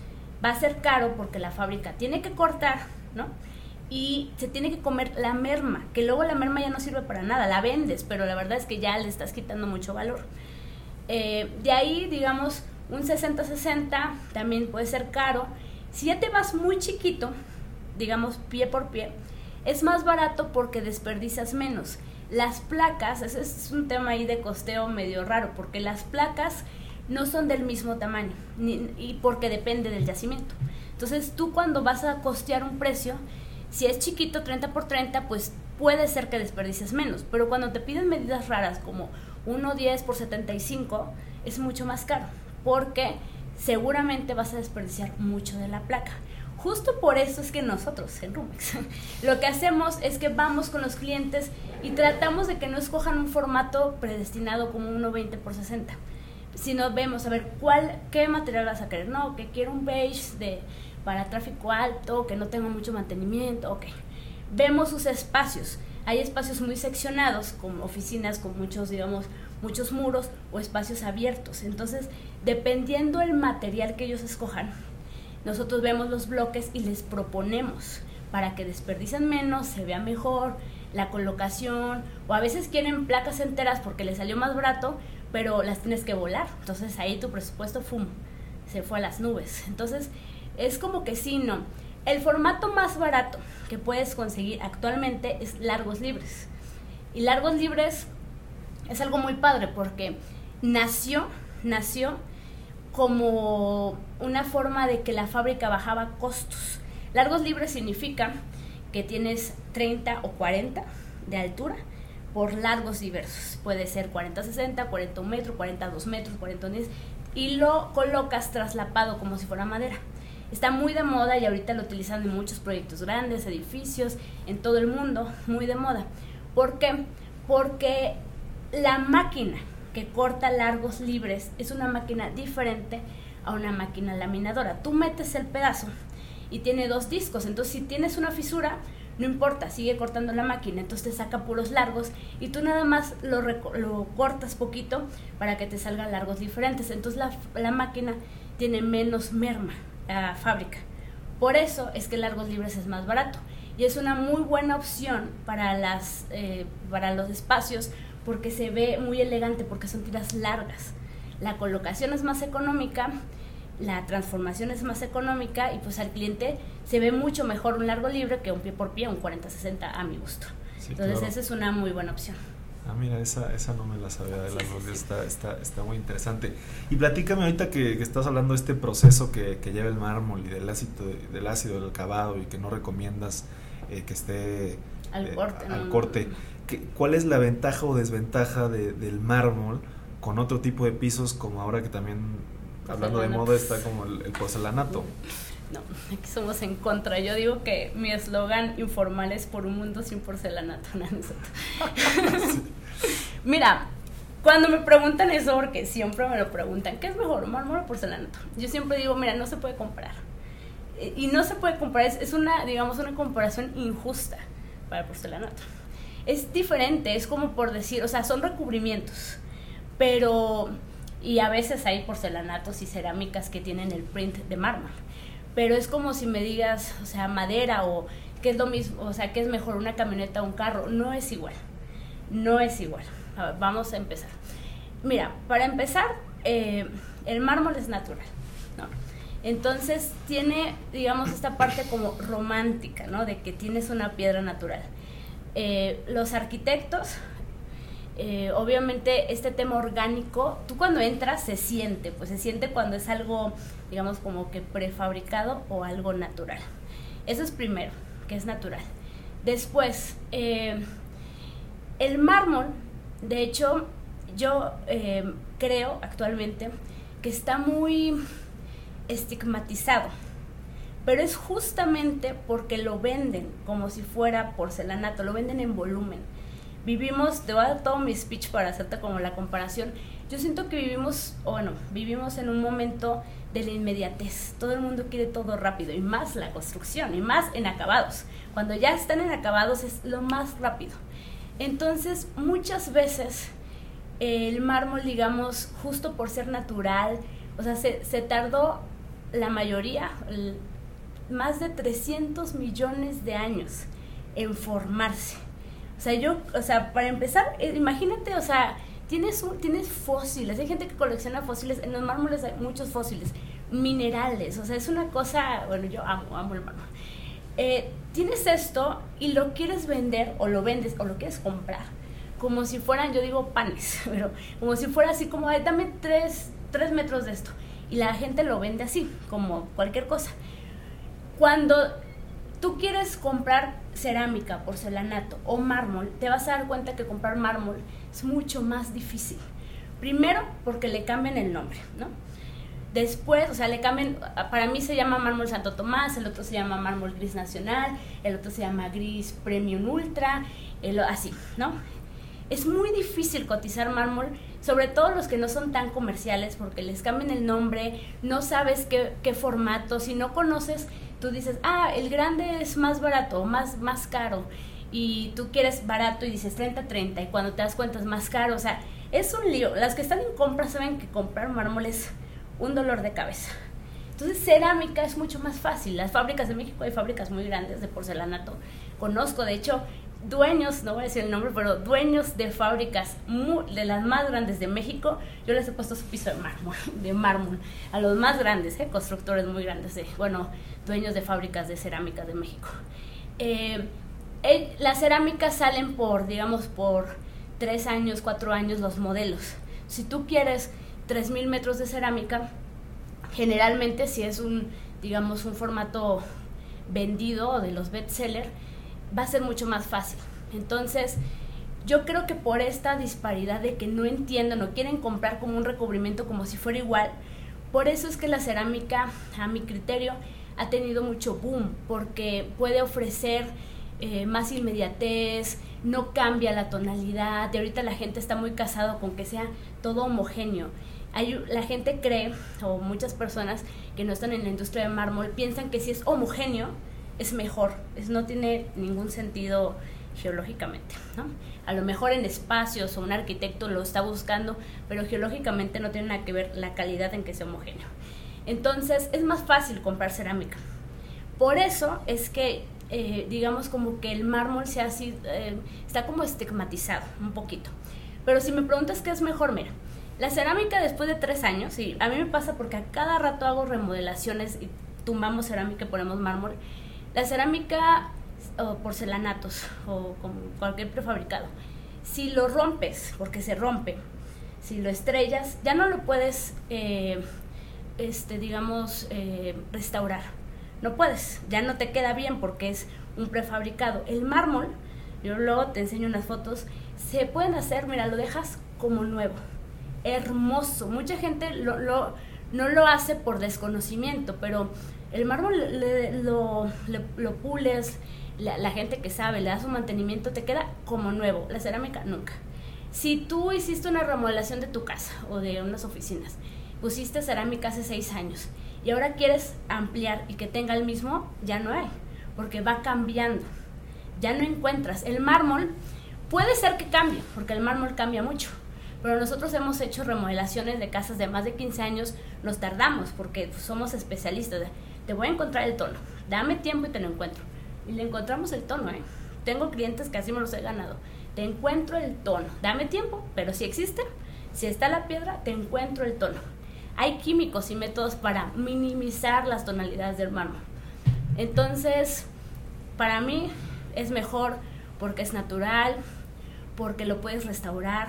va a ser caro porque la fábrica tiene que cortar, ¿no? Y se tiene que comer la merma, que luego la merma ya no sirve para nada, la vendes, pero la verdad es que ya le estás quitando mucho valor. Eh, de ahí, digamos, un sesenta sesenta también puede ser caro. Si ya te vas muy chiquito, digamos pie por pie, es más barato porque desperdicias menos. Las placas, ese es un tema ahí de costeo medio raro, porque las placas no son del mismo tamaño, ni, y porque depende del yacimiento. Entonces tú cuando vas a costear un precio, si es chiquito, treinta por treinta, pues puede ser que desperdicies menos, pero cuando te piden medidas raras como uno diez por setenta y cinco, es mucho más caro, porque seguramente vas a desperdiciar mucho de la placa. Justo por eso es que nosotros en Rumex lo que hacemos es que vamos con los clientes y tratamos de que no escojan un formato predestinado como uno veinte por sesenta, sino vemos a ver cuál, qué material vas a querer. No, que quiero un beige de, para tráfico alto, que no tenga mucho mantenimiento, ok. Vemos sus espacios. Hay espacios muy seccionados, como oficinas con muchos, digamos, muchos muros o espacios abiertos. Entonces, dependiendo del material que ellos escojan, nosotros vemos los bloques y les proponemos para que desperdicien menos, se vea mejor, la colocación, o a veces quieren placas enteras porque les salió más barato, pero las tienes que volar. Entonces ahí tu presupuesto, ¡fum!, se fue a las nubes. Entonces, es como que sí, no. El formato más barato que puedes conseguir actualmente es largos libres. Y largos libres es algo muy padre porque nació, nació como una forma de que la fábrica bajaba costos. Largos libres significa que tienes treinta o cuarenta de altura por largos diversos. Puede ser cuarenta sesenta, cuarenta un metro, cuarenta dos metros, cuarenta diez, y lo colocas traslapado como si fuera madera. Está muy de moda y ahorita lo utilizan en muchos proyectos grandes, edificios, en todo el mundo, muy de moda. ¿Por qué? Porque la máquina que corta largos libres es una máquina diferente a una máquina laminadora. Tú metes el pedazo y tiene dos discos, entonces si tienes una fisura, no importa, sigue cortando la máquina, entonces te saca puros largos y tú nada más lo, lo cortas poquito para que te salgan largos diferentes. Entonces la, la máquina tiene menos merma, la fábrica. Por eso es que largos libres es más barato y es una muy buena opción para, las, eh, para los espacios, porque se ve muy elegante, porque son tiras largas. La colocación es más económica, la transformación es más económica y pues al cliente se ve mucho mejor un largo libre que un pie por pie, un cuarenta sesenta a mi gusto. Sí, entonces claro, esa es una muy buena opción. Ah, mira, esa, esa no me la sabía de las dos, sí, sí, está, está, está muy interesante. Y platícame ahorita que, que estás hablando de este proceso que, que lleva el mármol y del ácido, del ácido del acabado y que no recomiendas eh, que esté al eh, corte. Al no, corte. ¿Cuál es la ventaja o desventaja de, del mármol con otro tipo de pisos, como ahora que también, hablando de moda, está como el, el porcelanato? No, aquí somos en contra. Yo digo que mi eslogan informal es por un mundo sin porcelanato. No, no sí. Mira, cuando me preguntan eso, porque siempre me lo preguntan, ¿qué es mejor, mármol o porcelanato? Yo siempre digo, mira, no se puede comparar. Y no se puede comparar, es, es una, digamos, una comparación injusta para el porcelanato. Es diferente, es como por decir, o sea, son recubrimientos, pero, y a veces hay porcelanatos y cerámicas que tienen el print de mármol, pero es como si me digas, o sea, madera o qué es lo mismo, o sea, qué es mejor, una camioneta o un carro. No es igual, no es igual. A ver, vamos a empezar. Mira, para empezar, eh, el mármol es natural, ¿no? Entonces tiene, digamos, esta parte como romántica, ¿no? De que tienes una piedra natural. Eh, los arquitectos, eh, obviamente este tema orgánico, tú cuando entras se siente, pues se siente cuando es algo, digamos, como que prefabricado o algo natural. Eso es primero, que es natural. Después, eh, el mármol, de hecho, yo eh, creo actualmente que está muy estigmatizado, pero es justamente porque lo venden como si fuera porcelanato, lo venden en volumen. Vivimos, te voy a dar todo mi speech para hacerte como la comparación. Yo siento que vivimos, o bueno, vivimos en un momento de la inmediatez. Todo el mundo quiere todo rápido, y más la construcción, y más en acabados. Cuando ya están en acabados es lo más rápido. Entonces, muchas veces el mármol, digamos, justo por ser natural, o sea, se, se tardó la mayoría, el, más de trescientos millones de años en formarse. O sea, yo, o sea, para empezar, imagínate, o sea, tienes, un, tienes fósiles, hay gente que colecciona fósiles, en los mármoles hay muchos fósiles, minerales, o sea, es una cosa, bueno, yo amo, amo el mármol. Eh, tienes esto y lo quieres vender, o lo vendes, o lo quieres comprar, como si fueran, yo digo panes, pero como si fuera así como, dame tres, tres metros de esto, y la gente lo vende así, como cualquier cosa. Cuando tú quieres comprar cerámica, porcelanato o mármol, te vas a dar cuenta que comprar mármol es mucho más difícil. Primero, porque le cambian el nombre, ¿no? Después, o sea, le cambian, para mí se llama mármol Santo Tomás, el otro se llama mármol gris nacional, el otro se llama gris premium ultra, el, así, ¿no? Es muy difícil cotizar mármol, sobre todo los que no son tan comerciales, porque les cambian el nombre, no sabes qué, qué formato, si no conoces, tú dices, ah, el grande es más barato, más, más caro, y tú quieres barato y dices treinta treinta, y cuando te das cuenta es más caro, o sea, es un lío. Las que están en compra saben que comprar mármol es un dolor de cabeza. Entonces cerámica es mucho más fácil. Las fábricas de México, hay fábricas muy grandes de porcelanato, conozco de hecho dueños, no voy a decir el nombre, pero dueños de fábricas muy, de las más grandes de México, yo les he puesto su piso de mármol, de mármol a los más grandes, ¿eh? Constructores muy grandes, de, bueno, dueños de fábricas de cerámica de México. Eh, eh, las cerámicas salen por, digamos, por tres años, cuatro años los modelos. Si tú quieres tres mil metros de cerámica, generalmente si es un, digamos, un formato vendido de los bestseller, va a ser mucho más fácil. Entonces, yo creo que por esta disparidad de que no entienden o quieren comprar como un recubrimiento como si fuera igual, por eso es que la cerámica, a mi criterio, ha tenido mucho boom, porque puede ofrecer eh, más inmediatez, no cambia la tonalidad, y ahorita la gente está muy casado con que sea todo homogéneo. Hay, la gente cree, o muchas personas que no están en la industria de mármol, piensan que si es homogéneo, es mejor. Eso no tiene ningún sentido geológicamente, ¿no? A lo mejor en espacios o un arquitecto lo está buscando, pero geológicamente no tiene nada que ver la calidad en que sea homogéneo. Entonces es más fácil comprar cerámica. Por eso es que eh, digamos como que el mármol sea así, eh, está como estigmatizado un poquito. Pero si me preguntas qué es mejor, mira, la cerámica después de tres años, y a mí me pasa porque a cada rato hago remodelaciones y tumbamos cerámica y ponemos mármol. La cerámica o porcelanatos o como cualquier prefabricado, si lo rompes, porque se rompe, si lo estrellas, ya no lo puedes, eh, este, digamos, eh, restaurar. No puedes, ya no te queda bien porque es un prefabricado. El mármol, yo luego te enseño unas fotos, se pueden hacer, mira, lo dejas como nuevo, hermoso. Mucha gente lo, lo, no lo hace por desconocimiento, pero el mármol le, lo, le, lo pules, la, la gente que sabe, le da su mantenimiento, te queda como nuevo. La cerámica, nunca. Si tú hiciste una remodelación de tu casa o de unas oficinas, pusiste cerámica hace seis años y ahora quieres ampliar y que tenga el mismo, ya no hay, porque va cambiando. Ya no encuentras. El mármol, puede ser que cambie, porque el mármol cambia mucho, pero nosotros hemos hecho remodelaciones de casas de más de quince años, nos tardamos porque somos especialistas. Te voy a encontrar el tono, dame tiempo y te lo encuentro. Y le encontramos el tono, ¿eh? Tengo clientes que así me los he ganado. Te encuentro el tono, dame tiempo, pero si existe, si está la piedra, te encuentro el tono. Hay químicos y métodos para minimizar las tonalidades del mármol. Entonces, para mí es mejor porque es natural, porque lo puedes restaurar,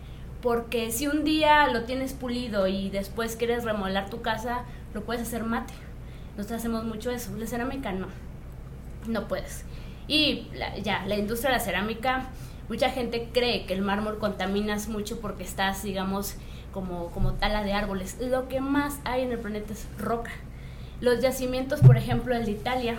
porque si un día lo tienes pulido y después quieres remodelar tu casa, lo puedes hacer mate. Nosotros hacemos mucho eso. La cerámica no, no puedes. Y la, ya, la industria de la cerámica, mucha gente cree que el mármol contaminas mucho porque estás, digamos, como, como tala de árboles. Lo que más hay en el planeta es roca. Los yacimientos, por ejemplo, el de Italia,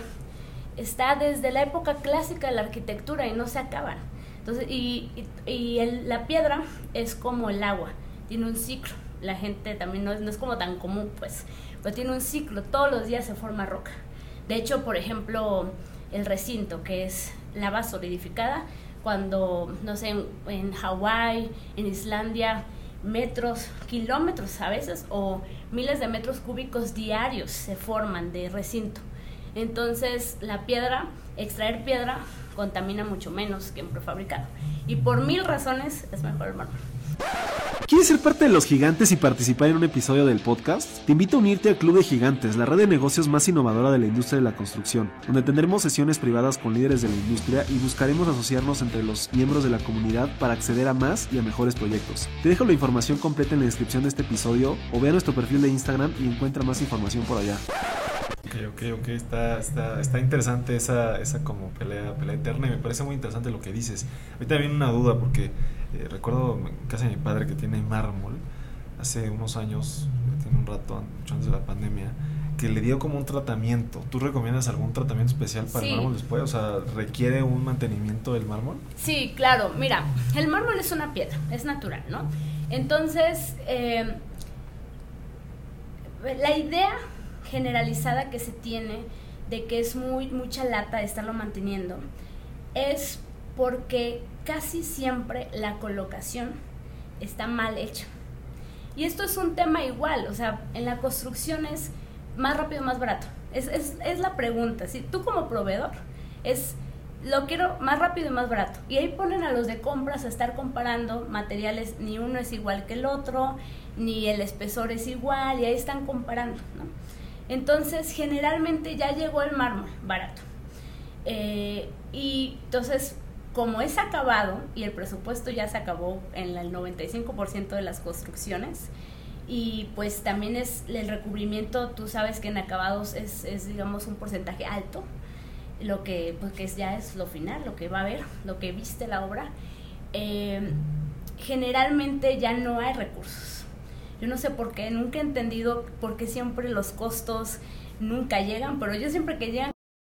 está desde la época clásica de la arquitectura y no se acaban. Entonces, y, y, y el, la piedra es como el agua, tiene un ciclo. La gente también no es, no es como tan común, pues, pero tiene un ciclo, todos los días se forma roca. De hecho, por ejemplo, el recinto, que es lava solidificada, cuando, no sé, en, en Hawái, en Islandia, metros, kilómetros a veces, o miles de metros cúbicos diarios se forman de recinto. Entonces la piedra, extraer piedra contamina mucho menos que un prefabricado, y por mil razones es mejor el mármol. ¿Quieres ser parte de los gigantes y participar en un episodio del podcast? Te invito a unirte al Club de Gigantes, la red de negocios más innovadora de la industria de la construcción, donde tendremos sesiones privadas con líderes de la industria y buscaremos asociarnos entre los miembros de la comunidad para acceder a más y a mejores proyectos. Te dejo la información completa en la descripción de este episodio o ve a nuestro perfil de Instagram y encuentra más información por allá. Ok, ok, ok, está, está, está interesante esa, esa como pelea, pelea eterna, y me parece muy interesante lo que dices. Ahorita me viene una duda porque eh, recuerdo en casa de mi padre que tiene mármol hace unos años, tiene un rato, mucho antes de la pandemia, que le dio como un tratamiento. ¿Tú recomiendas algún tratamiento especial para sí. el mármol después? O sea, ¿requiere un mantenimiento del mármol? Sí, claro, mira, el mármol es una piedra, es natural, ¿no? Entonces, eh, la idea generalizada que se tiene de que es muy mucha lata de estarlo manteniendo es porque casi siempre la colocación está mal hecha. Y esto es un tema igual, o sea, en la construcción es más rápido, más barato. Es, es, es la pregunta, si tú como proveedor es lo quiero más rápido y más barato. Y ahí ponen a los de compras a estar comparando materiales, ni uno es igual que el otro, ni el espesor es igual, y ahí están comparando, ¿no? Entonces, generalmente ya llegó el mármol barato. Eh, y entonces, como es acabado, y el presupuesto ya se acabó en el noventa y cinco por ciento de las construcciones, y pues también es el recubrimiento, tú sabes que en acabados es, es digamos, un porcentaje alto, lo que, pues, que es, ya es lo final, lo que va a ver, lo que viste la obra, eh, generalmente ya no hay recursos. Yo no sé por qué, nunca he entendido por qué siempre los costos nunca llegan, pero yo siempre que llegan,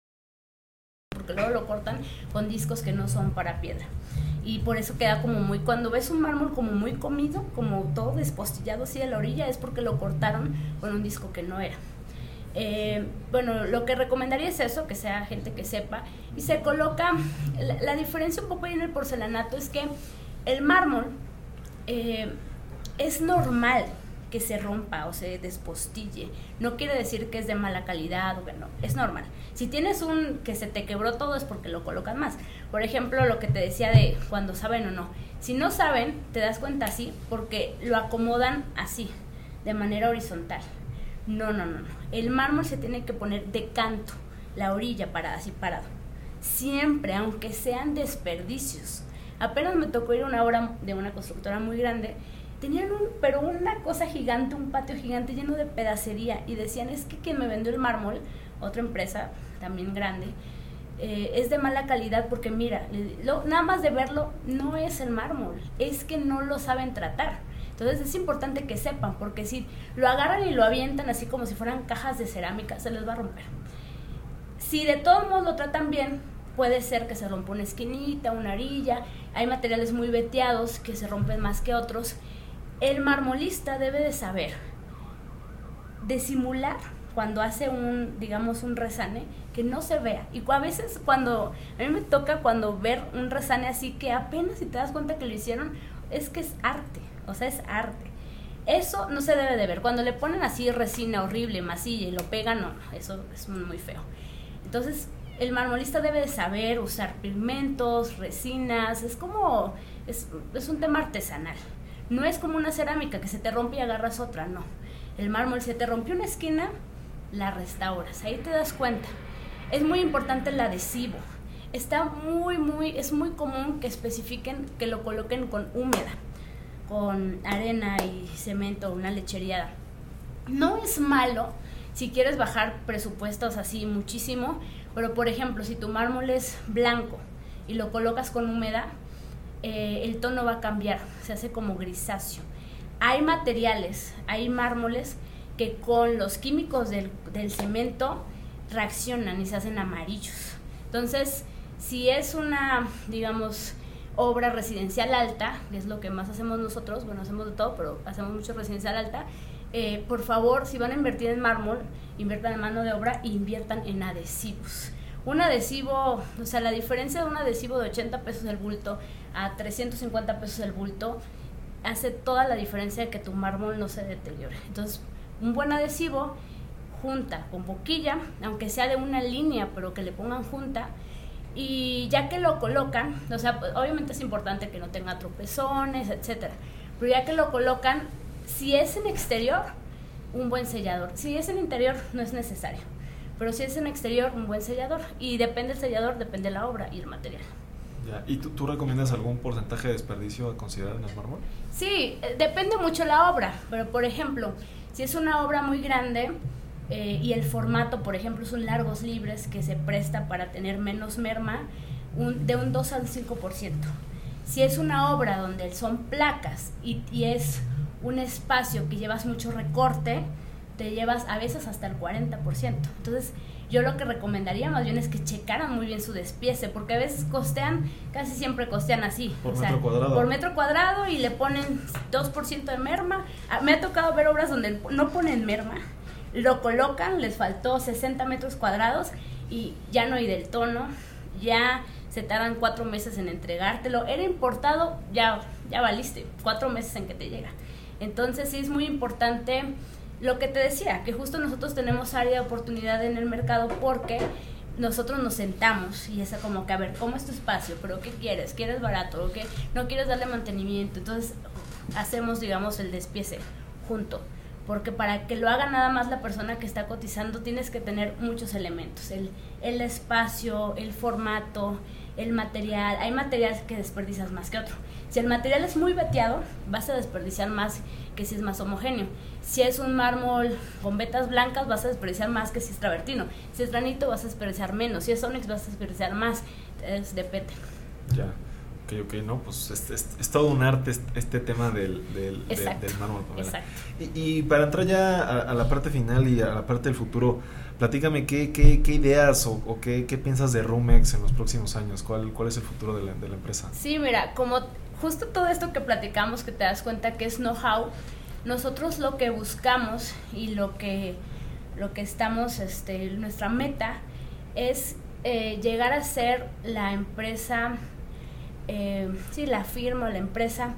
porque luego lo cortan con discos que no son para piedra. Y por eso queda como muy, cuando ves un mármol como muy comido, como todo despostillado así de la orilla, es porque lo cortaron con un disco que no era. Eh, bueno, lo que recomendaría es eso, que sea gente que sepa, y se coloca, la, la diferencia un poco ahí en el porcelanato es que el mármol, eh, es normal que se rompa o se despostille. No quiere decir que es de mala calidad o que no, es normal. Si tienes un que se te quebró todo es porque lo colocan más. Por ejemplo, lo que te decía de cuando saben o no. Si no saben, te das cuenta así porque lo acomodan así, de manera horizontal. No, no, no, no. El mármol se tiene que poner de canto, la orilla parada, así parado. Siempre, aunque sean desperdicios. Apenas me tocó ir a una obra de una constructora muy grande. Tenían un, pero una cosa gigante, un patio gigante lleno de pedacería, y decían, es que quien me vendió el mármol, otra empresa también grande, eh, es de mala calidad porque mira, lo, nada más de verlo no es el mármol, es que no lo saben tratar. Entonces es importante que sepan, porque si lo agarran y lo avientan así como si fueran cajas de cerámica, se les va a romper. Si de todos modos lo tratan bien, puede ser que se rompa una esquinita, una orilla. Hay materiales muy veteados que se rompen más que otros. El marmolista debe de saber disimular cuando hace un, digamos, un resane, que no se vea. Y a veces cuando, a mí me toca cuando ver un resane así que apenas si te das cuenta que lo hicieron, es que es arte, o sea, es arte. Eso no se debe de ver. Cuando le ponen así resina horrible, masilla y lo pegan, no, eso es muy feo. Entonces, el marmolista debe de saber usar pigmentos, resinas, es como, es, es un tema artesanal. No es como una cerámica que se te rompe y agarras otra, no. El mármol, si te rompió una esquina, la restauras, ahí te das cuenta. Es muy importante el adhesivo. Está muy, muy, es muy común que especifiquen que lo coloquen con húmeda, con arena y cemento, una lechería. No es malo si quieres bajar presupuestos así muchísimo, pero por ejemplo, si tu mármol es blanco y lo colocas con húmeda, eh, el tono va a cambiar, se hace como grisáceo. Hay materiales, hay mármoles que con los químicos del, del cemento reaccionan y se hacen amarillos. Entonces, si es una, digamos, obra residencial alta, que es lo que más hacemos nosotros, bueno, hacemos de todo, pero hacemos mucho residencial alta, eh, por favor, si van a invertir en mármol, inviertan en mano de obra e inviertan en adhesivos. Un adhesivo, o sea, la diferencia de un adhesivo de ochenta pesos el bulto a trescientos cincuenta pesos el bulto, hace toda la diferencia de que tu mármol no se deteriore. Entonces, un buen adhesivo, junta con boquilla, aunque sea de una línea, pero que le pongan junta, y ya que lo colocan, o sea, obviamente es importante que no tenga tropezones, etcétera, pero ya que lo colocan, si es en exterior, un buen sellador. Si es en interior, no es necesario, pero si es en exterior, un buen sellador, y depende del sellador, depende de la obra y el material. Ya. ¿Y tú, tú recomiendas algún porcentaje de desperdicio a considerar en el mármol? Sí, eh, depende mucho de la obra, pero por ejemplo, si es una obra muy grande eh, y el formato, por ejemplo, son largos libres que se presta para tener menos merma, un, de un dos al cinco por ciento. Si es una obra donde son placas y, y es un espacio que llevas mucho recorte, te llevas a veces hasta el cuarenta por ciento. Entonces, yo lo que recomendaría más bien es que checaran muy bien su despiece, porque a veces costean, casi siempre costean así. Por o metro sea, cuadrado. Por metro cuadrado y le ponen dos por ciento de merma. Me ha tocado ver obras donde no ponen merma, lo colocan, les faltó sesenta metros cuadrados y ya no hay del tono, ya se tardan cuatro meses en entregártelo. Era importado, ya, ya valiste, cuatro meses en que te llega. Entonces sí es muy importante lo que te decía, que justo nosotros tenemos área de oportunidad en el mercado porque nosotros nos sentamos y es como que, a ver, ¿cómo es tu espacio? ¿Pero qué quieres? ¿Quieres barato? ¿O qué? ¿No quieres darle mantenimiento? Entonces hacemos, digamos, el despiece junto, porque para que lo haga nada más la persona que está cotizando tienes que tener muchos elementos, el, el espacio, el formato, el material. Hay materiales que desperdicias más que otro. Si el material es muy veteado, vas a desperdiciar más que si es más homogéneo. Si es un mármol con vetas blancas, vas a desperdiciar más que si es travertino. Si es granito, vas a desperdiciar menos. Si es ónix, vas a desperdiciar más. Entonces, depende. Ya, ok, ok, no, pues es, es, es todo un arte este, este tema del, del, de, del mármol. Exacto. Y, y para entrar ya a, a la parte final y a la parte del futuro, platícame qué, qué, qué ideas o, o qué, qué piensas de Rumex en los próximos años. ¿Cuál, cuál es el futuro de la, de la empresa? Sí, mira, como justo todo esto que platicamos, que te das cuenta que es know-how, nosotros lo que buscamos y lo que, lo que estamos, este, nuestra meta es eh, llegar a ser la empresa, eh, sí, la firma o la empresa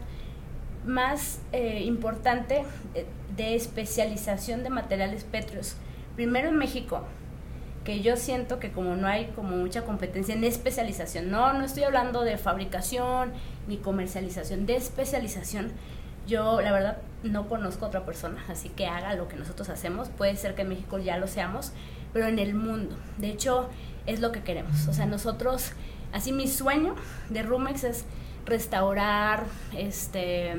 más eh, importante de, de especialización de materiales pétreos. Primero en México, que yo siento que como no hay como mucha competencia en especialización, no, no estoy hablando de fabricación ni comercialización, de especialización. Yo, la verdad, no conozco a otra persona, así que haga lo que nosotros hacemos. Puede ser que en México ya lo seamos, pero en el mundo. De hecho, es lo que queremos. O sea, nosotros, así mi sueño de Rumex es restaurar este,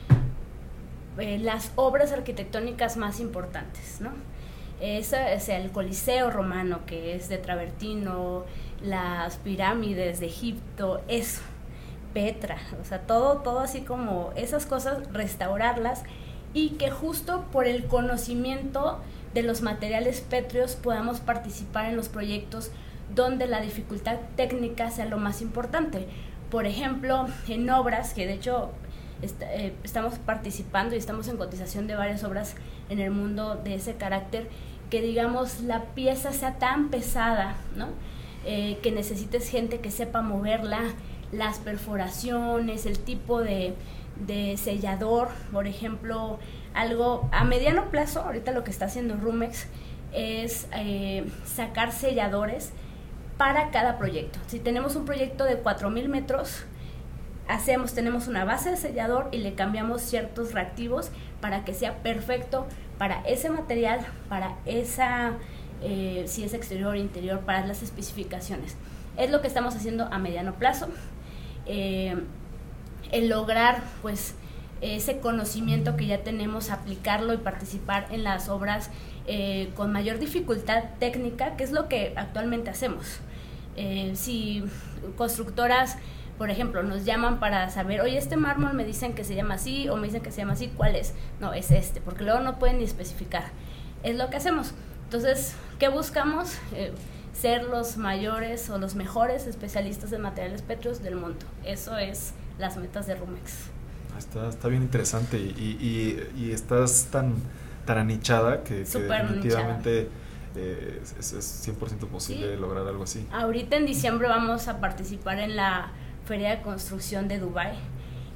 eh, las obras arquitectónicas más importantes, ¿no? Esa, o sea, el Coliseo romano, que es de travertino, las pirámides de Egipto, eso. Petra, o sea, todo, todo así como esas cosas, restaurarlas y que justo por el conocimiento de los materiales pétreos podamos participar en los proyectos donde la dificultad técnica sea lo más importante. Por ejemplo, en obras, que de hecho est- eh, estamos participando y estamos en cotización de varias obras en el mundo de ese carácter, que digamos la pieza sea tan pesada, ¿no? Eh, que necesites gente que sepa moverla, las perforaciones, el tipo de, de sellador, por ejemplo, algo a mediano plazo. Ahorita lo que está haciendo Rumex es eh, sacar selladores para cada proyecto. Si tenemos un proyecto de cuatro mil metros, hacemos, tenemos una base de sellador y le cambiamos ciertos reactivos para que sea perfecto para ese material, para esa, eh, si es exterior o interior, para las especificaciones. Es lo que estamos haciendo a mediano plazo. Eh, el lograr pues ese conocimiento que ya tenemos, aplicarlo y participar en las obras eh, con mayor dificultad técnica, que es lo que actualmente hacemos. Eh, si constructoras, por ejemplo, nos llaman para saber, oye, este mármol me dicen que se llama así, o me dicen que se llama así, ¿cuál es? No, es este, porque luego no pueden ni especificar. Es lo que hacemos. Entonces, ¿qué buscamos? Eh, ser los mayores o los mejores especialistas de materiales pétreos del mundo. Eso es las metas de Rumex. Está, está bien interesante y, y, y estás tan, tan anichada que, que definitivamente eh, es, es cien por ciento posible sí. lograr algo así. Ahorita en diciembre vamos a participar en la Feria de Construcción de Dubái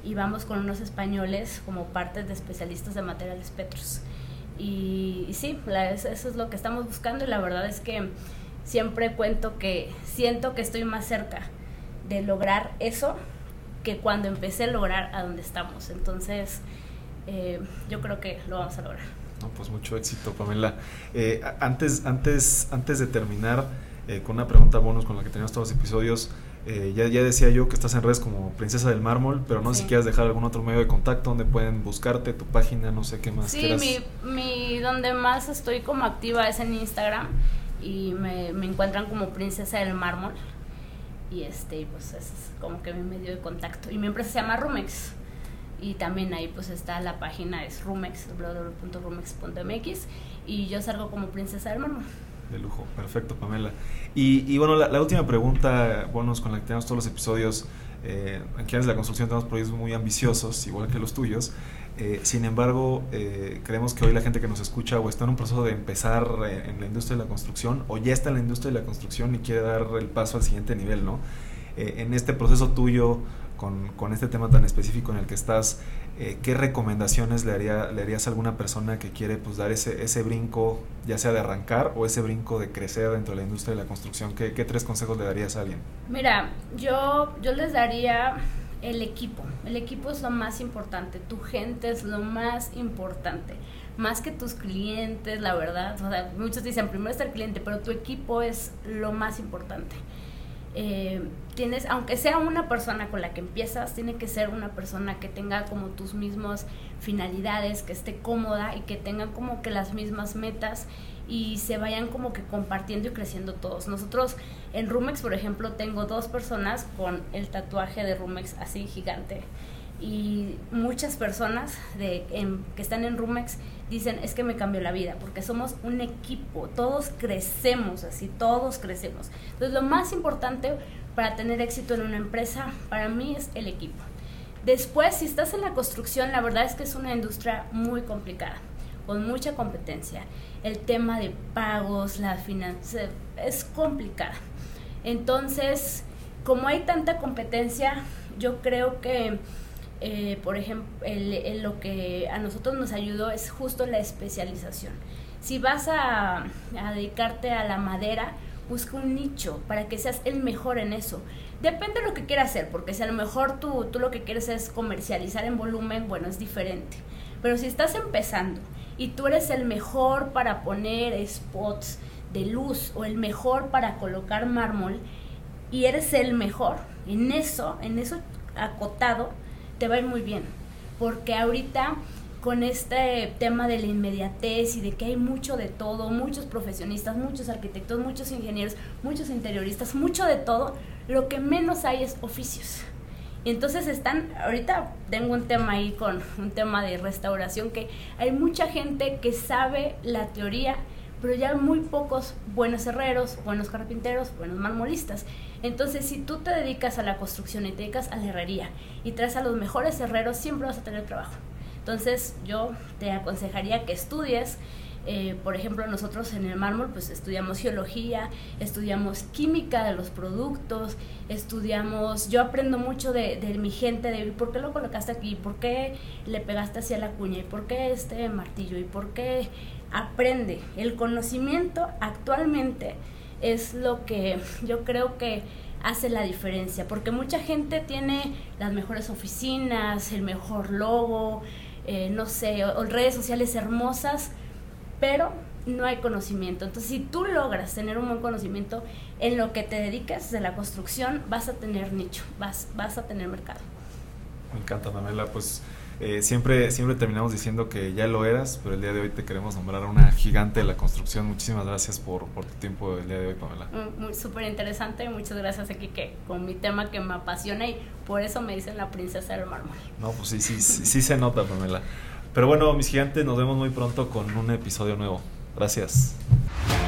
y vamos con unos españoles como parte de especialistas de materiales Petros. Y, y sí, la, eso es lo que estamos buscando, y la verdad es que siempre cuento que siento que estoy más cerca de lograr eso que cuando empecé a lograr a donde estamos. Entonces eh, yo creo que lo vamos a lograr. No, pues mucho éxito, Pamela. Eh, antes, antes, antes de terminar eh, con una pregunta bonus con la que tenemos todos los episodios, eh, ya, ya decía yo que estás en redes como Princesa del Mármol, pero no sí. sé si quieres dejar algún otro medio de contacto donde pueden buscarte, tu página, no sé qué más sí, quieras. Sí, mi, mi, donde más estoy como activa es en Instagram, y me, me encuentran como Princesa del Mármol, y este, pues es como que mi medio de contacto. Y mi empresa se llama Rumex, y también ahí pues está la página, es Rumex, doble u doble u doble u punto rumex punto m x, y yo salgo como Princesa del Mármol. De lujo, perfecto, Pamela. Y, y bueno, la, la última pregunta, bonus, con la que tenemos todos los episodios, eh, aquí en La Construcción tenemos proyectos muy ambiciosos, igual que los tuyos. Eh, sin embargo, eh, creemos que hoy la gente que nos escucha o está en un proceso de empezar eh, en la industria de la construcción, o ya está en la industria de la construcción y quiere dar el paso al siguiente nivel, ¿no? Eh, en este proceso tuyo, con, con este tema tan específico en el que estás, eh, ¿qué recomendaciones le, haría, le harías a alguna persona que quiere pues dar ese, ese brinco, ya sea de arrancar o ese brinco de crecer dentro de la industria de la construcción? ¿Qué, qué tres consejos le darías a alguien? Mira, yo, yo les daría el equipo. El equipo es lo más importante, tu gente es lo más importante, más que tus clientes, la verdad. O sea, muchos dicen primero está el cliente, pero tu equipo es lo más importante. Eh, tienes, aunque sea una persona con la que empiezas, tiene que ser una persona que tenga como tus mismas finalidades, que esté cómoda y que tengan como que las mismas metas y se vayan como que compartiendo y creciendo todos. Nosotros en Rumex, por ejemplo, tengo dos personas con el tatuaje de Rumex así gigante, y muchas personas de, en, que están en Rumex dicen, es que me cambió la vida, porque somos un equipo, todos crecemos así, todos crecemos. Entonces lo más importante para tener éxito en una empresa, para mí, es el equipo. Después, si estás en la construcción, la verdad es que es una industria muy complicada, con mucha competencia. El tema de pagos, la finanza, es complicada. Entonces, como hay tanta competencia, yo creo que Eh, por ejemplo, el, el, lo que a nosotros nos ayudó es justo la especialización. Si vas a, a dedicarte a la madera, busca un nicho para que seas el mejor en eso. Depende de lo que quieras hacer, porque si a lo mejor tú, tú lo que quieres es comercializar en volumen, bueno, es diferente. Pero si estás empezando y tú eres el mejor para poner spots de luz o el mejor para colocar mármol y eres el mejor en eso, en eso acotado, te va a ir muy bien, porque ahorita con este tema de la inmediatez y de que hay mucho de todo, muchos profesionistas, muchos arquitectos, muchos ingenieros, muchos interioristas, mucho de todo, lo que menos hay es oficios. Y entonces están, ahorita tengo un tema ahí con un tema de restauración, que hay mucha gente que sabe la teoría, pero ya hay muy pocos buenos herreros, buenos carpinteros, buenos marmolistas. Entonces, si tú te dedicas a la construcción y te dedicas a la herrería y traes a los mejores herreros, siempre vas a tener trabajo. Entonces, yo te aconsejaría que estudies. Eh, por ejemplo, nosotros en el mármol pues estudiamos geología, estudiamos química de los productos, estudiamos, yo aprendo mucho de, de mi gente, de por qué lo colocaste aquí, por qué le pegaste hacia la cuña, y por qué este martillo, y por qué. Aprende. El conocimiento actualmente es lo que yo creo que hace la diferencia, porque mucha gente tiene las mejores oficinas, el mejor logo, eh, no sé, o, o redes sociales hermosas, pero no hay conocimiento. Entonces, si tú logras tener un buen conocimiento en lo que te dedicas de la construcción, vas a tener nicho, vas, vas a tener mercado. Me encanta, Pamela. Pues eh, siempre, siempre terminamos diciendo que ya lo eras, pero el día de hoy te queremos nombrar una gigante de la construcción. Muchísimas gracias por, por tu tiempo el día de hoy, Pamela. Muy súper interesante. Muchas gracias, aquí que con mi tema que me apasiona, y por eso me dicen la princesa del mármol. No, pues sí, sí, sí, sí se nota, Pamela. Pero bueno, mis gigantes, nos vemos muy pronto con un episodio nuevo. Gracias.